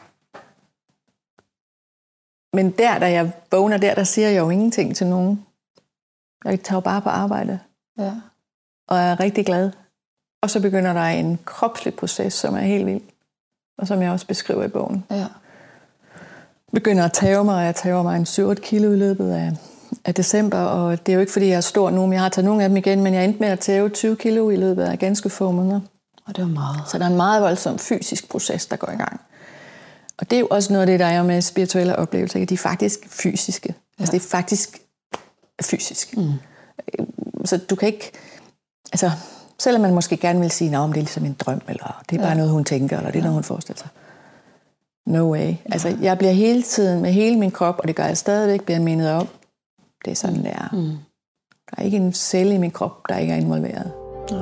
Men da jeg vågner der siger jeg jo ingenting til nogen. Jeg tager bare på arbejde. Ja. Og er rigtig glad. Og så begynder der en kropslig proces, som er helt vild. Og som jeg også beskriver i bogen. Ja. Begynder at tage mig, og jeg tager mig en 7-8 kilo i løbet af december. Og det er jo ikke, fordi jeg er stor nu, men jeg har taget nogle af dem igen, men jeg endte med at tage 20 kilo i løbet af ganske få måneder. Og det var meget. Så der er en meget voldsom fysisk proces, der går i gang. Og det er jo også noget af det, der er med spirituelle oplevelser. De er faktisk fysiske. Ja. Altså det er faktisk fysisk. Så du kan ikke... Altså, selvom man måske gerne vil sige, at det er ligesom en drøm, eller det er bare noget, hun tænker, eller det er noget, hun forestiller sig. No way. Altså, jeg bliver hele tiden med hele min krop, og det gør jeg stadigvæk, bliver mindet om. Det er sådan, det er. Der er ikke en celle i min krop, der ikke er involveret. Ja.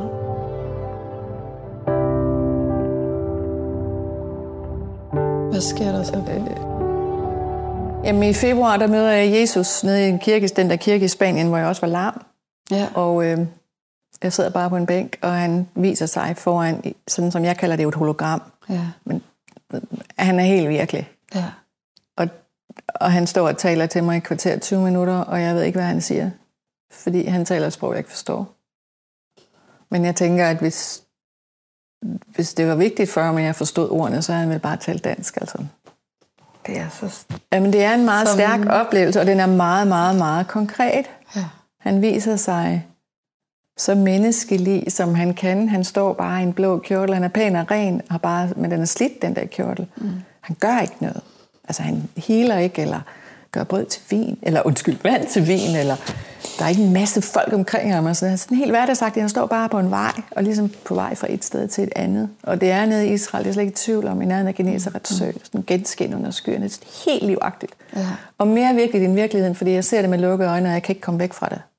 Hvad sker der så? Jamen i februar, der møder jeg Jesus nede i den der kirke i Spanien, hvor jeg også var lam. Ja. Og jeg sidder bare på en bænk, og han viser sig foran, sådan som jeg kalder det, et hologram. Ja. Men han er helt virkelig. Ja. Og han står og taler til mig i kvarter 20 minutter, og jeg ved ikke, hvad han siger. Fordi han taler et sprog, jeg ikke forstår. Men jeg tænker, at hvis det var vigtigt for ham, at jeg forstod ordene, så havde han vel bare talt dansk. Altså. Det er så... Jamen, det er en meget stærk oplevelse, og den er meget, meget, meget konkret. Ja. Han viser sig så menneskelig, som han kan. Han står bare i en blå kjortel. Han er pæn og ren, men den er slidt, den der kjortel. Han gør ikke noget. Altså, han healer ikke, eller gør brød til vin, eller vand til vin, eller der er ikke en masse folk omkring ham. Altså, det er sådan helt hverdagsagtigt. Han står bare på en vej, og ligesom på vej fra et sted til et andet. Og det er nede i Israel, det er slet ikke i tvivl om, i nærheden af Genesarets sø, sådan genskin under skyerne. Det er helt livagtigt. Ja. Og mere virkeligt end virkeligheden, fordi jeg ser det med lukkede øjne, og jeg kan ikke komme væk fra det.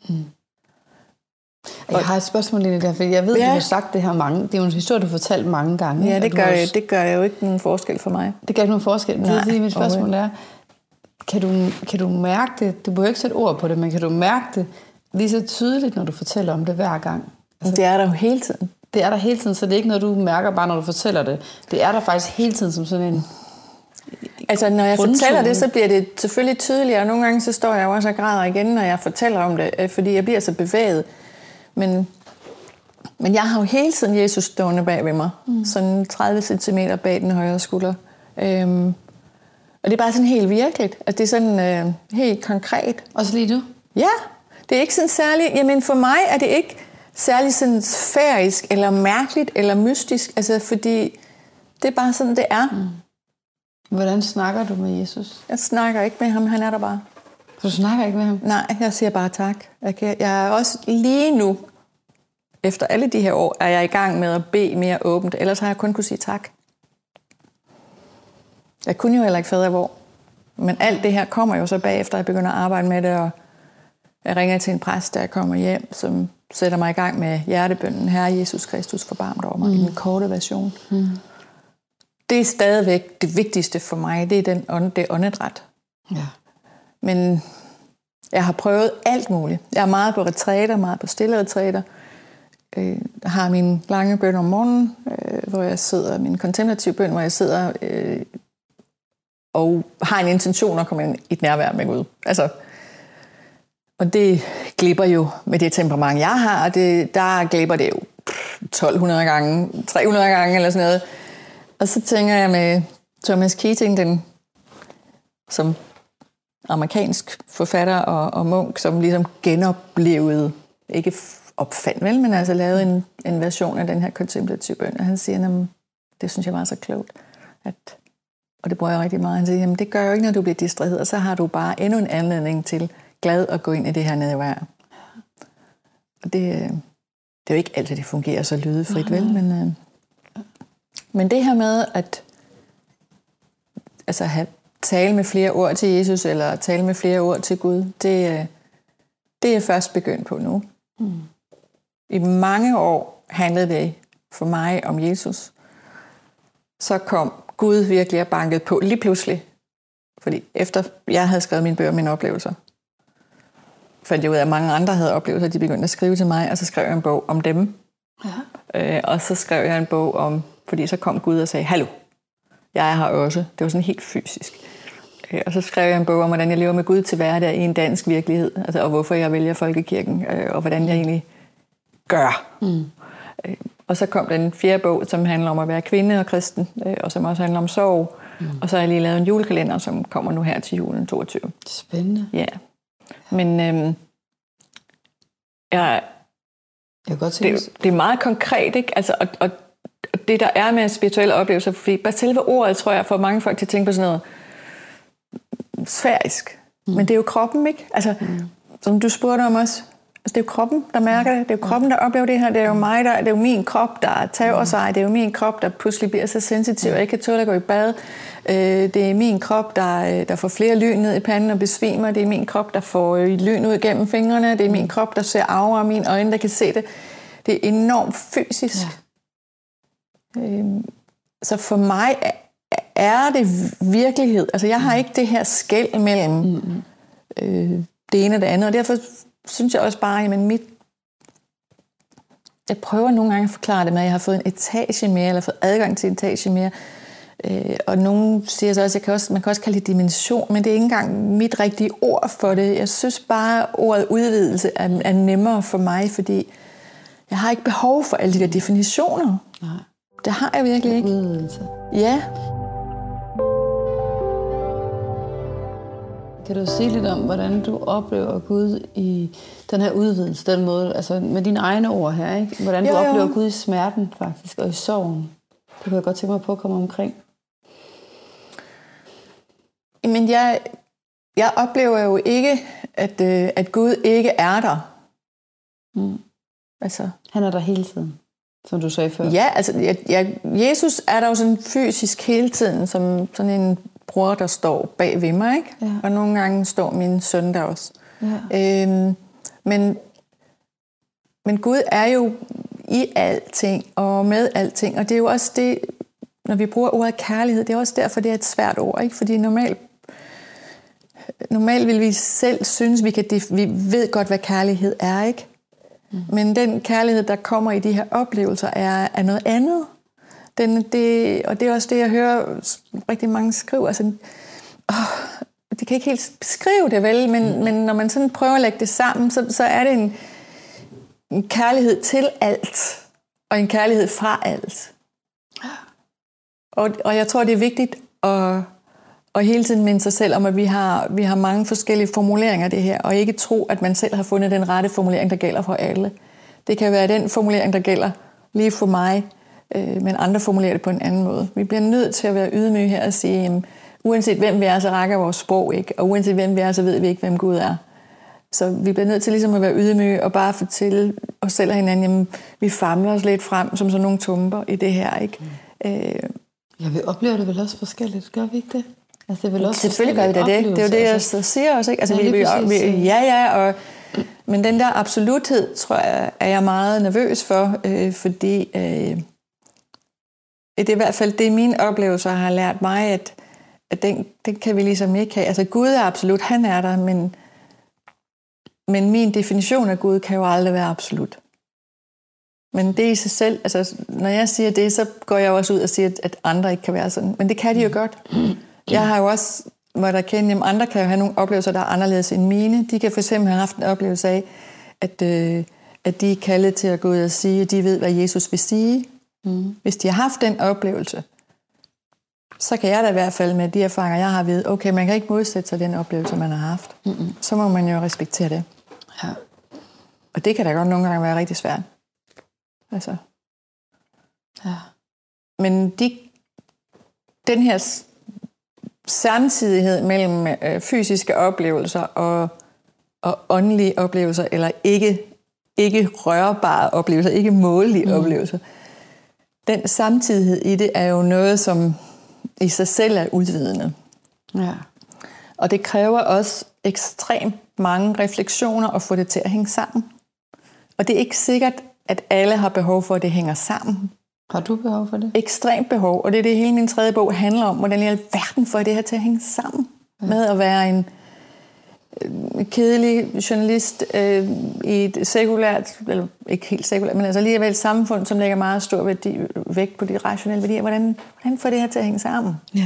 Jeg har et spørgsmål lige der, for jeg ved, du har sagt det her mange. Det er jo en historie, du har fortalt mange gange. Ja, det gør jo ikke nogen forskel for mig. Det gør ikke nogen forskel. Det er mit spørgsmål er, kan du mærke det? Du behøver ikke sætte ord på det, men kan du mærke det lige så tydeligt, når du fortæller om det hver gang? Altså, det er der jo hele tiden. Det er der hele tiden, så det er ikke noget, du mærker bare, når du fortæller det. Det er der faktisk hele tiden som sådan en... Altså, når jeg fortæller det, så bliver det selvfølgelig tydeligere, og nogle gange så står jeg også og græder igen, når jeg fortæller om det, fordi jeg bliver så bevæget. Men jeg har jo hele tiden Jesus stående bag ved mig. Sådan 30 cm bag den højre skulder. Og det er bare sådan helt virkeligt. Altså, det er sådan helt konkret. Også lige du? Ja, det er ikke sådan særligt... Jamen for mig er det ikke særlig sådan sfærisk, eller mærkeligt, eller mystisk. Altså fordi det er bare sådan, det er. Hvordan snakker du med Jesus? Jeg snakker ikke med ham, han er der bare. Så du snakker ikke med ham? Nej, jeg siger bare tak. Jeg er også lige nu, efter alle de her år, er jeg i gang med at bede mere åbent. Ellers har jeg kun kunne sige tak. Jeg kunne jo heller ikke fader hvor. Men alt det her kommer jo så bagefter, jeg begynder at arbejde med det, og jeg ringer til en præst, der kommer hjem, som sætter mig i gang med hjertebønnen. Herre Jesus Kristus, forbarm dig over mig, i den korte version. Det er stadigvæk det vigtigste for mig, det er det åndedræt. Ja. Men jeg har prøvet alt muligt. Jeg er meget på retræter, meget på stille retræter. Jeg har min lange bøn om morgenen, hvor jeg sidder, min kontemplative bøn, hvor jeg sidder og har en intention at komme ind i et nærvær med Gud. Altså, og det glipper jo med det temperament, jeg har, og der glipper det jo 1200 gange, 300 gange eller sådan noget. Og så tænker jeg med Thomas Keating, den som amerikansk forfatter og munk, som ligesom genoplevede, ikke opfandt vel, men altså lavede en version af den her kontemplative bøn. Og han siger, det synes jeg var så klogt, og det bruger jeg rigtig meget. Han siger, jamen det gør jo ikke, når du bliver distraheret, og så har du bare endnu en anledning til glad at gå ind i det her nærvær. Og det er jo ikke altid, det fungerer så lydefrit, vel? Men det her med at tale med flere ord til Jesus, eller tale med flere ord til Gud, det er først begyndt på nu. I mange år handlede det for mig om Jesus. Så kom Gud virkelig og bankede på lige pludselig. Fordi efter jeg havde skrevet mine bøger og mine oplevelser, fandt jeg ud af, at mange andre havde oplevelser, de begyndte at skrive til mig, og så skrev jeg en bog om dem. Og så skrev jeg en bog om, fordi så kom Gud og sagde, hallo, jeg er her også. Det var sådan helt fysisk. Og så skrev jeg en bog om, hvordan jeg lever med Gud til hverdag i en dansk virkelighed, og hvorfor jeg vælger folkekirken, og hvordan jeg egentlig gør. Og så kom den 4. bog, som handler om at være kvinde og kristen, og som også handler om sorg. Og så har jeg lige lavet en julekalender, som kommer nu her til julen 22. Spændende. Ja. Men det er meget konkret, ikke? Altså, og det, der er med spirituelle oplevelser, fordi bare selve ordet, tror jeg, får mange folk til at tænke på sådan noget sfærisk. Men det er jo kroppen, ikke? Altså, som du spurgte om også. Altså, det er jo kroppen, der mærker det. Det er jo kroppen, der oplever det her. Det er jo mig, det er jo min krop, der tager sig. Det er jo min krop, der pludselig bliver så sensitiv, og ikke kan tåle at gå i bad. Det er min krop, der får flere lyn ned i panden og besvimer. Det er min krop, der får lyn ud gennem fingrene. Det er min krop, der ser aura, og mine øjne, der kan se det. Det er enormt fysisk. Ja. Så for mig er det virkelighed. Altså, jeg har ikke det her skel mellem det ene og det andet, og derfor synes jeg også bare, jamen jeg prøver nogle gange at forklare det med, at jeg har fået en etage mere, eller fået adgang til en etage mere. Og nogen siger så også, man kan også kalde det dimension, men det er ikke engang mit rigtige ord for det. Jeg synes bare, ordet udvidelse er nemmere for mig, fordi jeg har ikke behov for alle de der definitioner. Nej. Det har jeg virkelig ikke. Udvidelse. Ja. Kan du sige lidt om, hvordan du oplever Gud i den her udvidelse, den måde, altså med dine egne ord her, ikke? Hvordan du oplever Gud i smerten faktisk, og i sorgen? Det kunne jeg godt tænke mig på at komme omkring. Men jeg oplever jo ikke, at Gud ikke er der. Altså. Han er der hele tiden, som du sagde før. Ja, altså Jesus er der jo sådan fysisk hele tiden, som sådan en bror, der står bag ved mig, ikke? Ja. Og nogle gange står min søn der også. Ja. Men Gud er jo i alting og med alting, og det er jo også det, når vi bruger ordet kærlighed, det er også derfor, det er et svært ord, ikke? Fordi normalt vil vi selv synes, vi ved godt, hvad kærlighed er, ikke? Men den kærlighed, der kommer i de her oplevelser, er noget andet. Og det er også det, jeg hører rigtig mange skrive. Altså, de kan ikke helt beskrive det, vel? Men når man sådan prøver at lægge det sammen, så er det en kærlighed til alt, og en kærlighed fra alt. Og jeg tror, det er vigtigt at hele tiden minde sig selv om, at vi har mange forskellige formuleringer af det her, og ikke tro, at man selv har fundet den rette formulering, der gælder for alle. Det kan være den formulering, der gælder lige for mig, men andre formulerer det på en anden måde. Vi bliver nødt til at være ydmyge her og sige, uanset hvem vi er, så rækker vores sprog ikke. Og uanset hvem vi er, så ved vi ikke, hvem Gud er. Så vi bliver nødt til ligesom at være ydmyge og bare fortælle os selv og hinanden, jamen, vi famler os lidt frem som sådan nogle tumper i det her, ikke? Ja, vi oplever det vel også forskelligt, gør vi ikke det? Altså, det er vel også selvfølgelig gør vi det. Det er jo det, jeg siger også, ikke? Altså, men den der absoluthed, tror jeg, er jeg meget nervøs for, fordi det er i hvert fald det, mine oplevelser har lært mig, at den kan vi ligesom ikke have. Altså, Gud er absolut, han er der, men min definition af Gud kan jo aldrig være absolut. Men det i sig selv, altså når jeg siger det, så går jeg også ud og siger, at andre ikke kan være sådan. Men det kan de jo godt. Jeg har jo også måtte erkende, at andre kan jo have nogle oplevelser, der er anderledes end mine. De kan for eksempel have haft en oplevelse af, at de er kaldet til at gå ud og sige, at de ved, hvad Jesus vil sige. Hvis de har haft den oplevelse, så kan jeg da i hvert fald med de erfaringer, jeg har ved, okay, man kan ikke modsætte sig den oplevelse, man har haft. Så må man jo respektere det. Ja. Og det kan da godt nogle gange være rigtig svært. Altså. Ja. Men den her samtidighed mellem fysiske oplevelser og åndelige oplevelser, eller ikke rørbare oplevelser, ikke målelige oplevelser, den samtidighed i det er jo noget, som i sig selv er udvidende. Ja. Og det kræver også ekstremt mange refleksioner at få det til at hænge sammen. Og det er ikke sikkert, at alle har behov for, at det hænger sammen. Har du behov for det? Ekstremt behov, og det er det hele min tredje bog handler om, hvordan i alverden får det her til at hænge sammen med at være en kedelig journalist i et sekulært, eller ikke helt sekulært, men altså alligevel et samfund, som lægger meget stor vægt på de rationelle værdier. Hvordan får det her til at hænge sammen? Ja.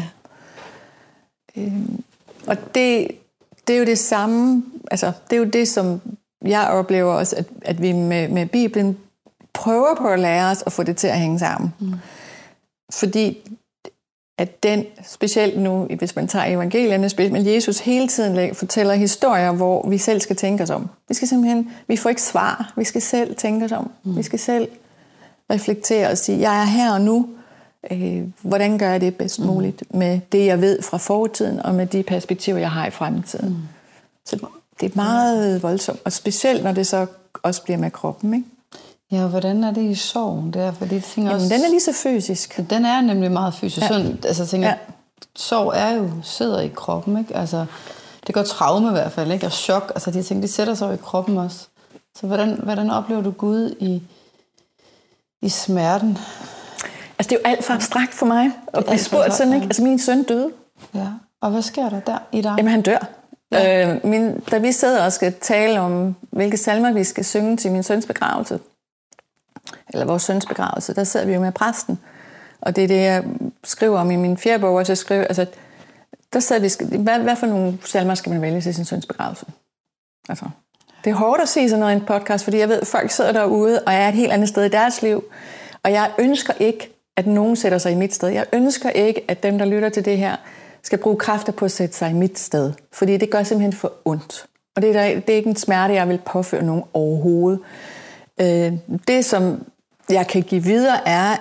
Og det er jo det samme, altså det er jo det, som jeg oplever også, at vi med Bibelen prøver på at lære os at få det til at hænge sammen. Fordi at den, specielt nu, hvis man tager evangelierne, men Jesus hele tiden fortæller historier, hvor vi selv skal tænke os om. Vi får ikke svar, vi skal selv tænke os om. Vi skal selv reflektere og sige, jeg er her og nu. Hvordan gør jeg det bedst muligt med det, jeg ved fra fortiden, og med de perspektiver, jeg har i fremtiden. Så det er meget voldsomt, og specielt når det så også bliver med kroppen, ikke? Ja, og hvordan er det i sorgen der? Fordi Jamen, også, den er lige så fysisk. Den er nemlig meget fysisk. Ja. Sådan, altså, jeg tænker, sorg sidder i kroppen, ikke? Altså, det går traume i hvert fald, ikke? Og chok, altså de ting, de sætter sig i kroppen også. Så hvordan oplever du Gud i smerten? Altså, det er jo alt for abstrakt for mig at blive spurgt sådan, ikke? Altså, min søn døde. Ja, og hvad sker der der i dig? Jamen, han dør. Ja. Da vi sidder og skal tale om, hvilke salmer vi skal synge til min søns begravelse, eller vores søns begravelse, der sidder vi jo med præsten. Og det er det, jeg skriver om i min 4. bog, og så skriver, altså, der sidder vi, hvad for nogle salmer skal man vælge til sin søns begravelse? Altså, det er hårdt at sige sådan noget i en podcast, fordi jeg ved, at folk sidder derude, og jeg er et helt andet sted i deres liv, og jeg ønsker ikke, at nogen sætter sig i mit sted. Jeg ønsker ikke, at dem, der lytter til det her, skal bruge kræfter på at sætte sig i mit sted, fordi det gør simpelthen for ondt. Og det er ikke en smerte, jeg vil påføre nogen overhovedet. Det, som jeg kan give videre, er,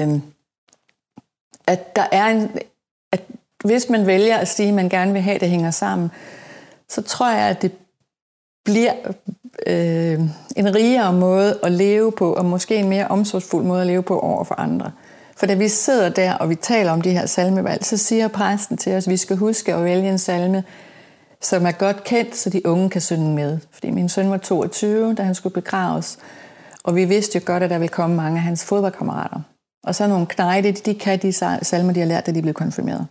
at der er at hvis man vælger at sige, at man gerne vil have, at det hænger sammen, så tror jeg, at det bliver en rigere måde at leve på, og måske en mere omsorgsfuld måde at leve på over for andre. For da vi sidder der, og vi taler om de her salmevalg, så siger præsten til os, at vi skal huske at vælge en salme, som er godt kendt, så de unge kan synge med. Fordi min søn var 22, da han skulle begraves, og vi vidste jo godt, at der ville komme mange af hans fodboldkammerater. Og så nogle knejde, de kan de salmer, de har lært, da de blev konfirmeret.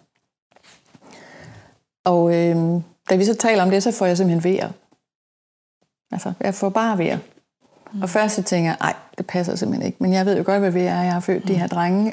Og da vi så taler om det, så får jeg simpelthen vejer. Altså, jeg får bare vejer. Og først så tænker jeg, nej, det passer simpelthen ikke. Men jeg ved jo godt, hvad vi er. Jeg har født de her drenge.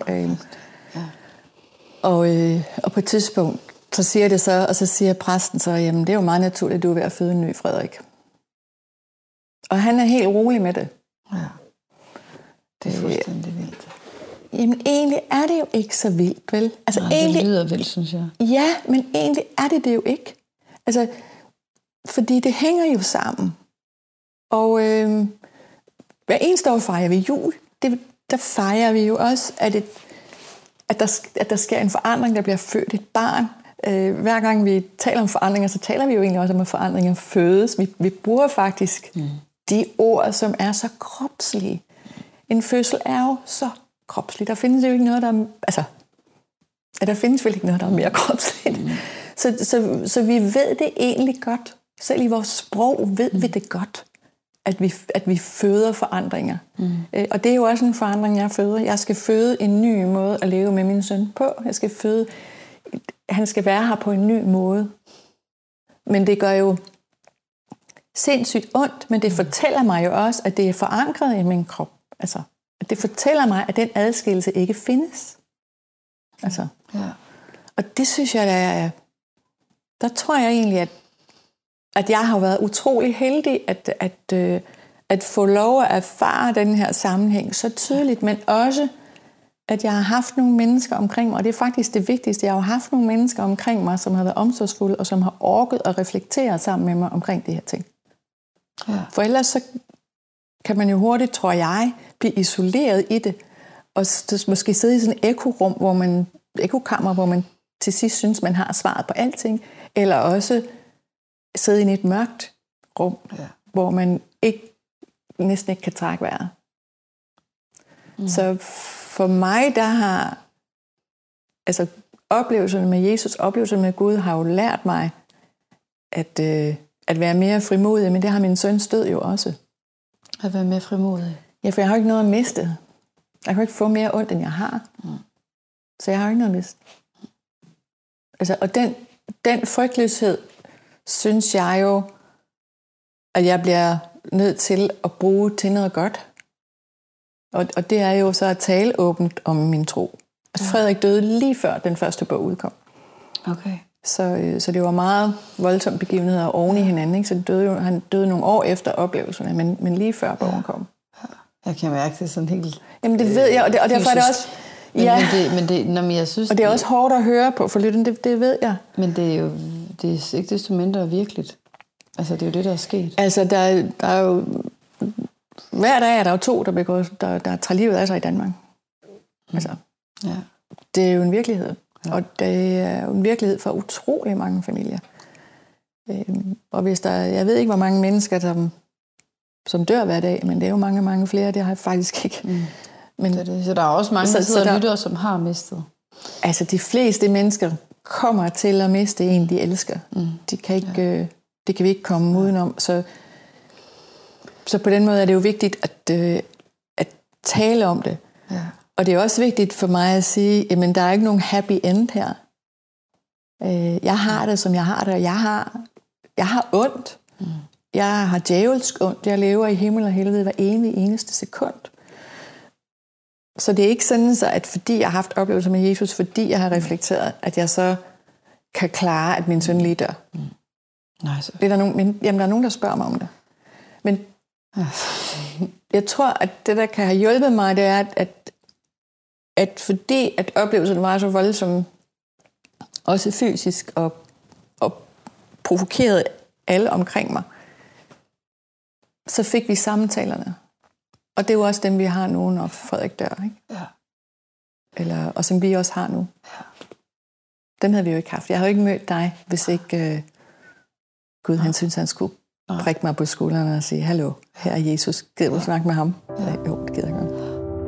Og på et tidspunkt, så siger det så, og så siger præsten så, jamen det er jo meget naturligt, at du er ved at føde en ny Frederik. Og han er helt rolig med det. Ja. Det er fuldstændig vildt. Jamen egentlig er det jo ikke så vildt, vel? Altså, nej, egentlig, det lyder vildt, synes jeg. Ja, men egentlig er det jo ikke. Altså, fordi det hænger jo sammen. Og hver eneste år fejrer vi jul. Der fejrer vi jo også, at der sker en forandring, der bliver født et barn. Hver gang vi taler om forandringer, så taler vi jo egentlig også om, at forandringer fødes. Vi bruger faktisk de ord, som er så kropslige. En fødsel er jo så kropslig. Der findes jo ikke noget, der... Altså, der findes vel ikke noget, der er mere kropsligt. Så vi ved det egentlig godt. Selv i vores sprog ved vi det godt, at vi føder forandringer. Og det er jo også en forandring, jeg føder. Jeg skal føde en ny måde at leve med min søn på. Han skal være her på en ny måde. Men det gør jo sindssygt ondt, men det fortæller mig jo også, at det er forankret i min krop. Altså, det fortæller mig, at den adskillelse ikke findes. Altså. Ja. Og det synes jeg, der tror jeg egentlig, at jeg har været utrolig heldig at få lov at erfare den her sammenhæng så tydeligt, men også, at jeg har haft nogle mennesker omkring mig, og det er faktisk det vigtigste, jeg har haft nogle mennesker omkring mig, som har været omsorgsfulde, og som har orket at reflektere sammen med mig omkring det her ting. Ja. For ellers så kan man jo hurtigt, tror jeg, blive isoleret i det, og måske sidde i sådan et ekokammer, hvor man til sidst synes, man har svaret på alting, eller også sidde i et mørkt rum, hvor man næsten ikke kan trække vejret. Så for mig, der har oplevelserne med Jesus, oplevelserne med Gud, har jo lært mig at være mere frimodig, men det har min søns død jo også. At være mere frimodig? Ja, for jeg har jo ikke noget at miste. Jeg kan ikke få mere ondt, end jeg har. Så jeg har jo ikke noget at miste. Altså, og den frygtløshed, synes jeg jo, at jeg bliver nødt til at bruge til noget godt. Og det er jo så at tale åbent om min tro. Altså, Frederik døde lige før den første bog udkom. Okay. Så det var meget voldsomme begivenheder oven i hinanden. Ikke? Så han døde nogle år efter oplevelserne, men lige før bogen kom. Jeg kan mærke det sådan helt... Jamen det ved jeg, og derfor er det også... Men jeg synes... Og det er også hårdt at høre på for lytten, det ved jeg. Men det er jo ikke desto mindre virkeligt. Altså det er jo det, der er sket. Altså der er jo... Hver dag er der jo 2, der tager livet af sig i Danmark. Altså, det er jo en virkelighed. Ja. Og det er jo en virkelighed for utrolig mange familier. Og hvis jeg ved ikke, hvor mange mennesker, som dør hver dag, men det er jo mange, mange flere. Det har jeg faktisk ikke. Men, det. Så der er også mange, der sidder og lytter, som har mistet. Altså de fleste mennesker kommer til at miste en, de elsker. De kan ikke, det kan vi ikke komme udenom. Så på den måde er det jo vigtigt at tale om det. Ja. Og det er også vigtigt for mig at sige, jamen der er ikke nogen happy end her. Jeg har det, som jeg har det, og jeg har ondt. Jeg har djævelsk ondt. Jeg lever i himmel og helvede hver eneste sekund. Så det er ikke sådan, at fordi jeg har haft oplevelser med Jesus, fordi jeg har reflekteret, at jeg så kan klare, at min søn lige dør. Nej, så. Der er nogen, der spørger mig om det. Men jeg tror, at det, der kan have hjulpet mig, det er, at fordi at oplevelsen var så voldsom, også fysisk, og provokerede alle omkring mig, så fik vi samtalerne. Og det er jo også dem, vi har nu, når Frederik dør, ikke? Ja. Og som vi også har nu. Ja. Dem havde vi jo ikke haft. Jeg havde jo ikke mødt dig, hvis ikke Gud, han synes, han skulle prikke mig på skulderen og sige, hallo, her er Jesus. Gider du snakke med ham? Ja. Jo, det gider jeg godt.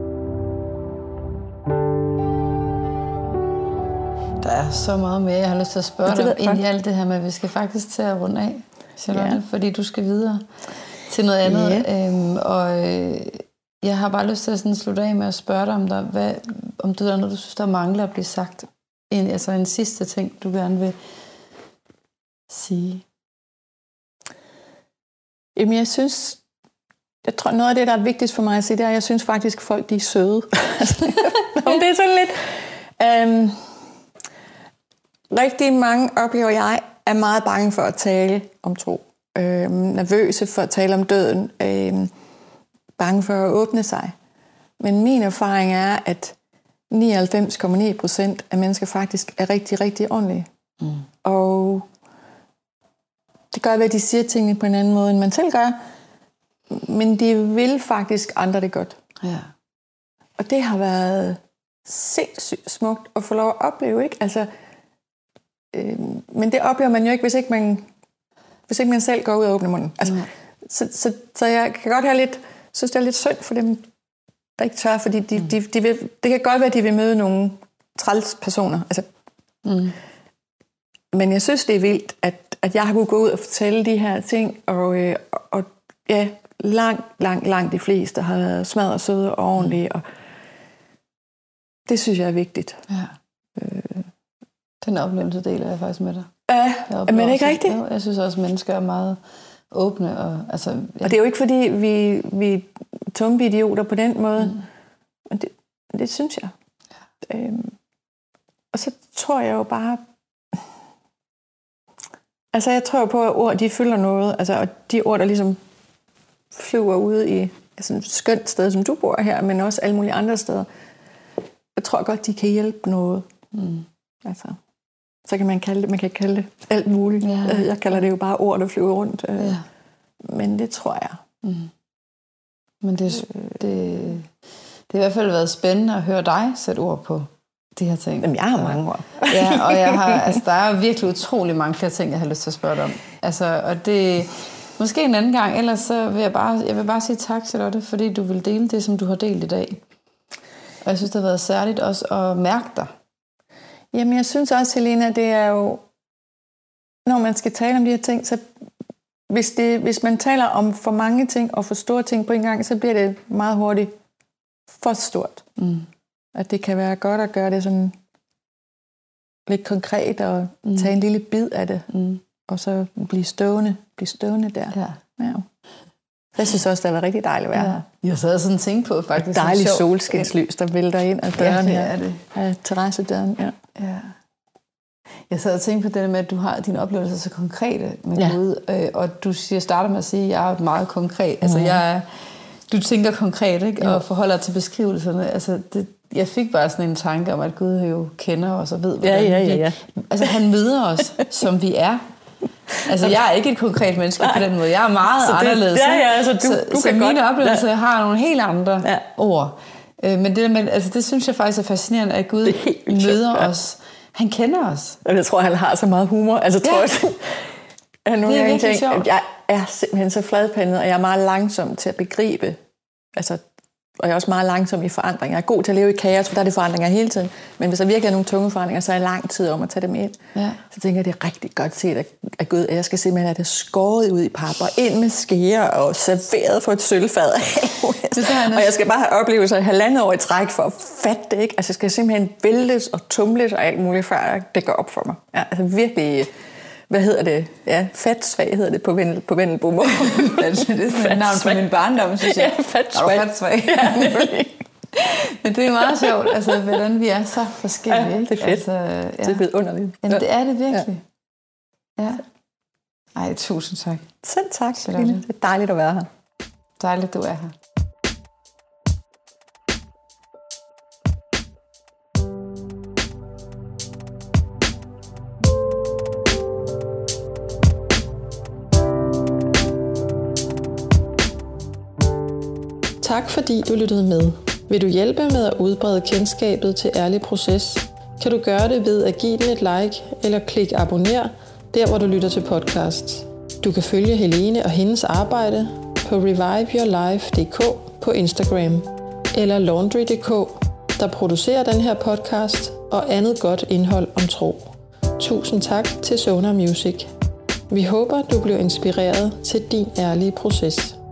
Der er så meget mere, jeg har lyst til at spørge dig om, egentlig alt det her, men vi skal faktisk til at runde af, Charlotte, fordi du skal videre til noget andet. Jeg har bare lyst til at sådan slutte af med at spørge dig, om der er noget, du synes, der mangler at blive sagt. En sidste ting, du gerne vil sige. Jamen, jeg tror, noget af det, der er vigtigst for mig at sige, det er, at jeg synes faktisk, at folk de er søde. Det er sådan lidt... rigtig mange, oplever jeg, er meget bange for at tale om tro. Nervøse for at tale om døden. Bange for at åbne sig. Men min erfaring er, at 99,9% af mennesker faktisk er rigtig, rigtig ordentlige. Og det gør, at de siger tingene på en anden måde, end man selv gør. Men de vil faktisk andre det godt. Ja. Og det har været sindssygt smukt at få lov at opleve, ikke? Altså, Men det oplever man jo ikke, hvis ikke man selv går ud og åbner munden. Altså, så jeg kan godt have synes det er lidt synd for dem, der ikke tør, fordi de vil, det kan godt være, at de vil møde nogle træls personer. Altså, men jeg synes, det er vildt, at jeg har kunnet gå ud og fortælle de her ting, og ja, langt de fleste har været smadret, søde og ordentlige, og det synes jeg er vigtigt. Ja. Den oplevelse deler jeg faktisk med dig. Ja, men er det ikke rigtigt? Jeg synes også, at mennesker er meget åbne. Og det er jo ikke, fordi vi er tumpe idioter på den måde, men det synes jeg. Ja. Og så tror jeg jo bare... Altså, jeg tror på, at ord, de fylder noget. Altså, og de ord, der ligesom flyver ud i sådan et skønt sted, som du bor her, men også alle mulige andre steder. Jeg tror godt, de kan hjælpe noget. Altså, så kan man kalde det alt muligt. Ja. Jeg kalder det jo bare ord, der flyver rundt. Ja. Men det tror jeg. Men det har i hvert fald været spændende at høre dig sætte ord på de her ting. Jamen, jeg har mange ord. Ja, og der er virkelig utrolig mange flere ting, jeg har lyst til at spørge dig om. Altså, og det måske en anden gang, ellers så vil jeg bare sige tak, Charlotte, fordi du vil dele det, som du har delt i dag. Og jeg synes, det har været særligt også at mærke dig. Jamen, jeg synes også, Helena, det er jo, når man skal tale om de her ting, så hvis man taler om for mange ting og for store ting på en gang, så bliver det meget hurtigt for stort. At det kan være godt at gøre det sådan lidt konkret og tage en lille bid af det, og så blive stående der. Ja. Jeg synes også, det har været rigtig dejligt at være her. Jeg sad sådan og tænkte på faktisk. Et dejligt solskinslys, der vælter ind ad døren her. Ja, det er det. Af terrassedøren, ja. Jeg sad og tænkte på det med, at du har dine oplevelser så konkrete med Gud, og du starter med at sige, at jeg er meget konkret. Altså, du tænker konkret, ikke? Og forholder til beskrivelserne. Altså, jeg fik bare sådan en tanke om, at Gud jo kender os og ved, hvordan vi... Altså, han møder os, som vi er. Altså, jeg er ikke et konkret menneske på den måde. Jeg er meget anderledes. Så mine oplevelser har nogle helt andre ord. Men det der med, altså, det synes jeg faktisk er fascinerende, at Gud møder os. Han kender os. Jeg tror, han har så meget humor. Altså, tror jeg, det er virkelig sjovt. Jeg er simpelthen så fladpandet, og jeg er meget langsom til at begribe. Altså, og jeg er også meget langsom i forandringer. Jeg er god til at leve i kaos, for der er det forandringer hele tiden. Men hvis der virkelig er nogle tunge forandringer, så er jeg lang tid om at tage dem ind. Ja. Så tænker jeg, det er rigtig godt set af Gud, at jeg skal simpelthen have det skåret ud i pap, og ind med skeer og serveret for et sølvfad. Og jeg skal bare have oplevelser i 1,5 år i træk for at fatte det, ikke? Altså, jeg skal simpelthen væltes og tumles og alt muligt, før det går op for mig. Ja, altså virkelig... Hvad hedder det? Ja, fatsvag hedder det på Vendelbomål. Det er sådan et navn for min barndom, synes jeg. Ja, fatsvag. Ja, men det er meget sjovt, altså, hvordan vi er så forskellige. Ja, det er fedt. Altså, det er vidunderligt. Jamen, det er det virkelig. Ja. Ej, tusind tak. Selv tak, Celine. Det er dejligt at være her. Dejligt, du er her. Tak fordi du lyttede med. Vil du hjælpe med at udbrede kendskabet til Ærlig Proces, kan du gøre det ved at give den et like eller klikke abonner der, hvor du lytter til podcasts. Du kan følge Helene og hendes arbejde på reviveyourlife.dk på Instagram eller laundry.dk, der producerer den her podcast og andet godt indhold om tro. Tusind tak til Sonar Music. Vi håber, du blev inspireret til din ærlige proces.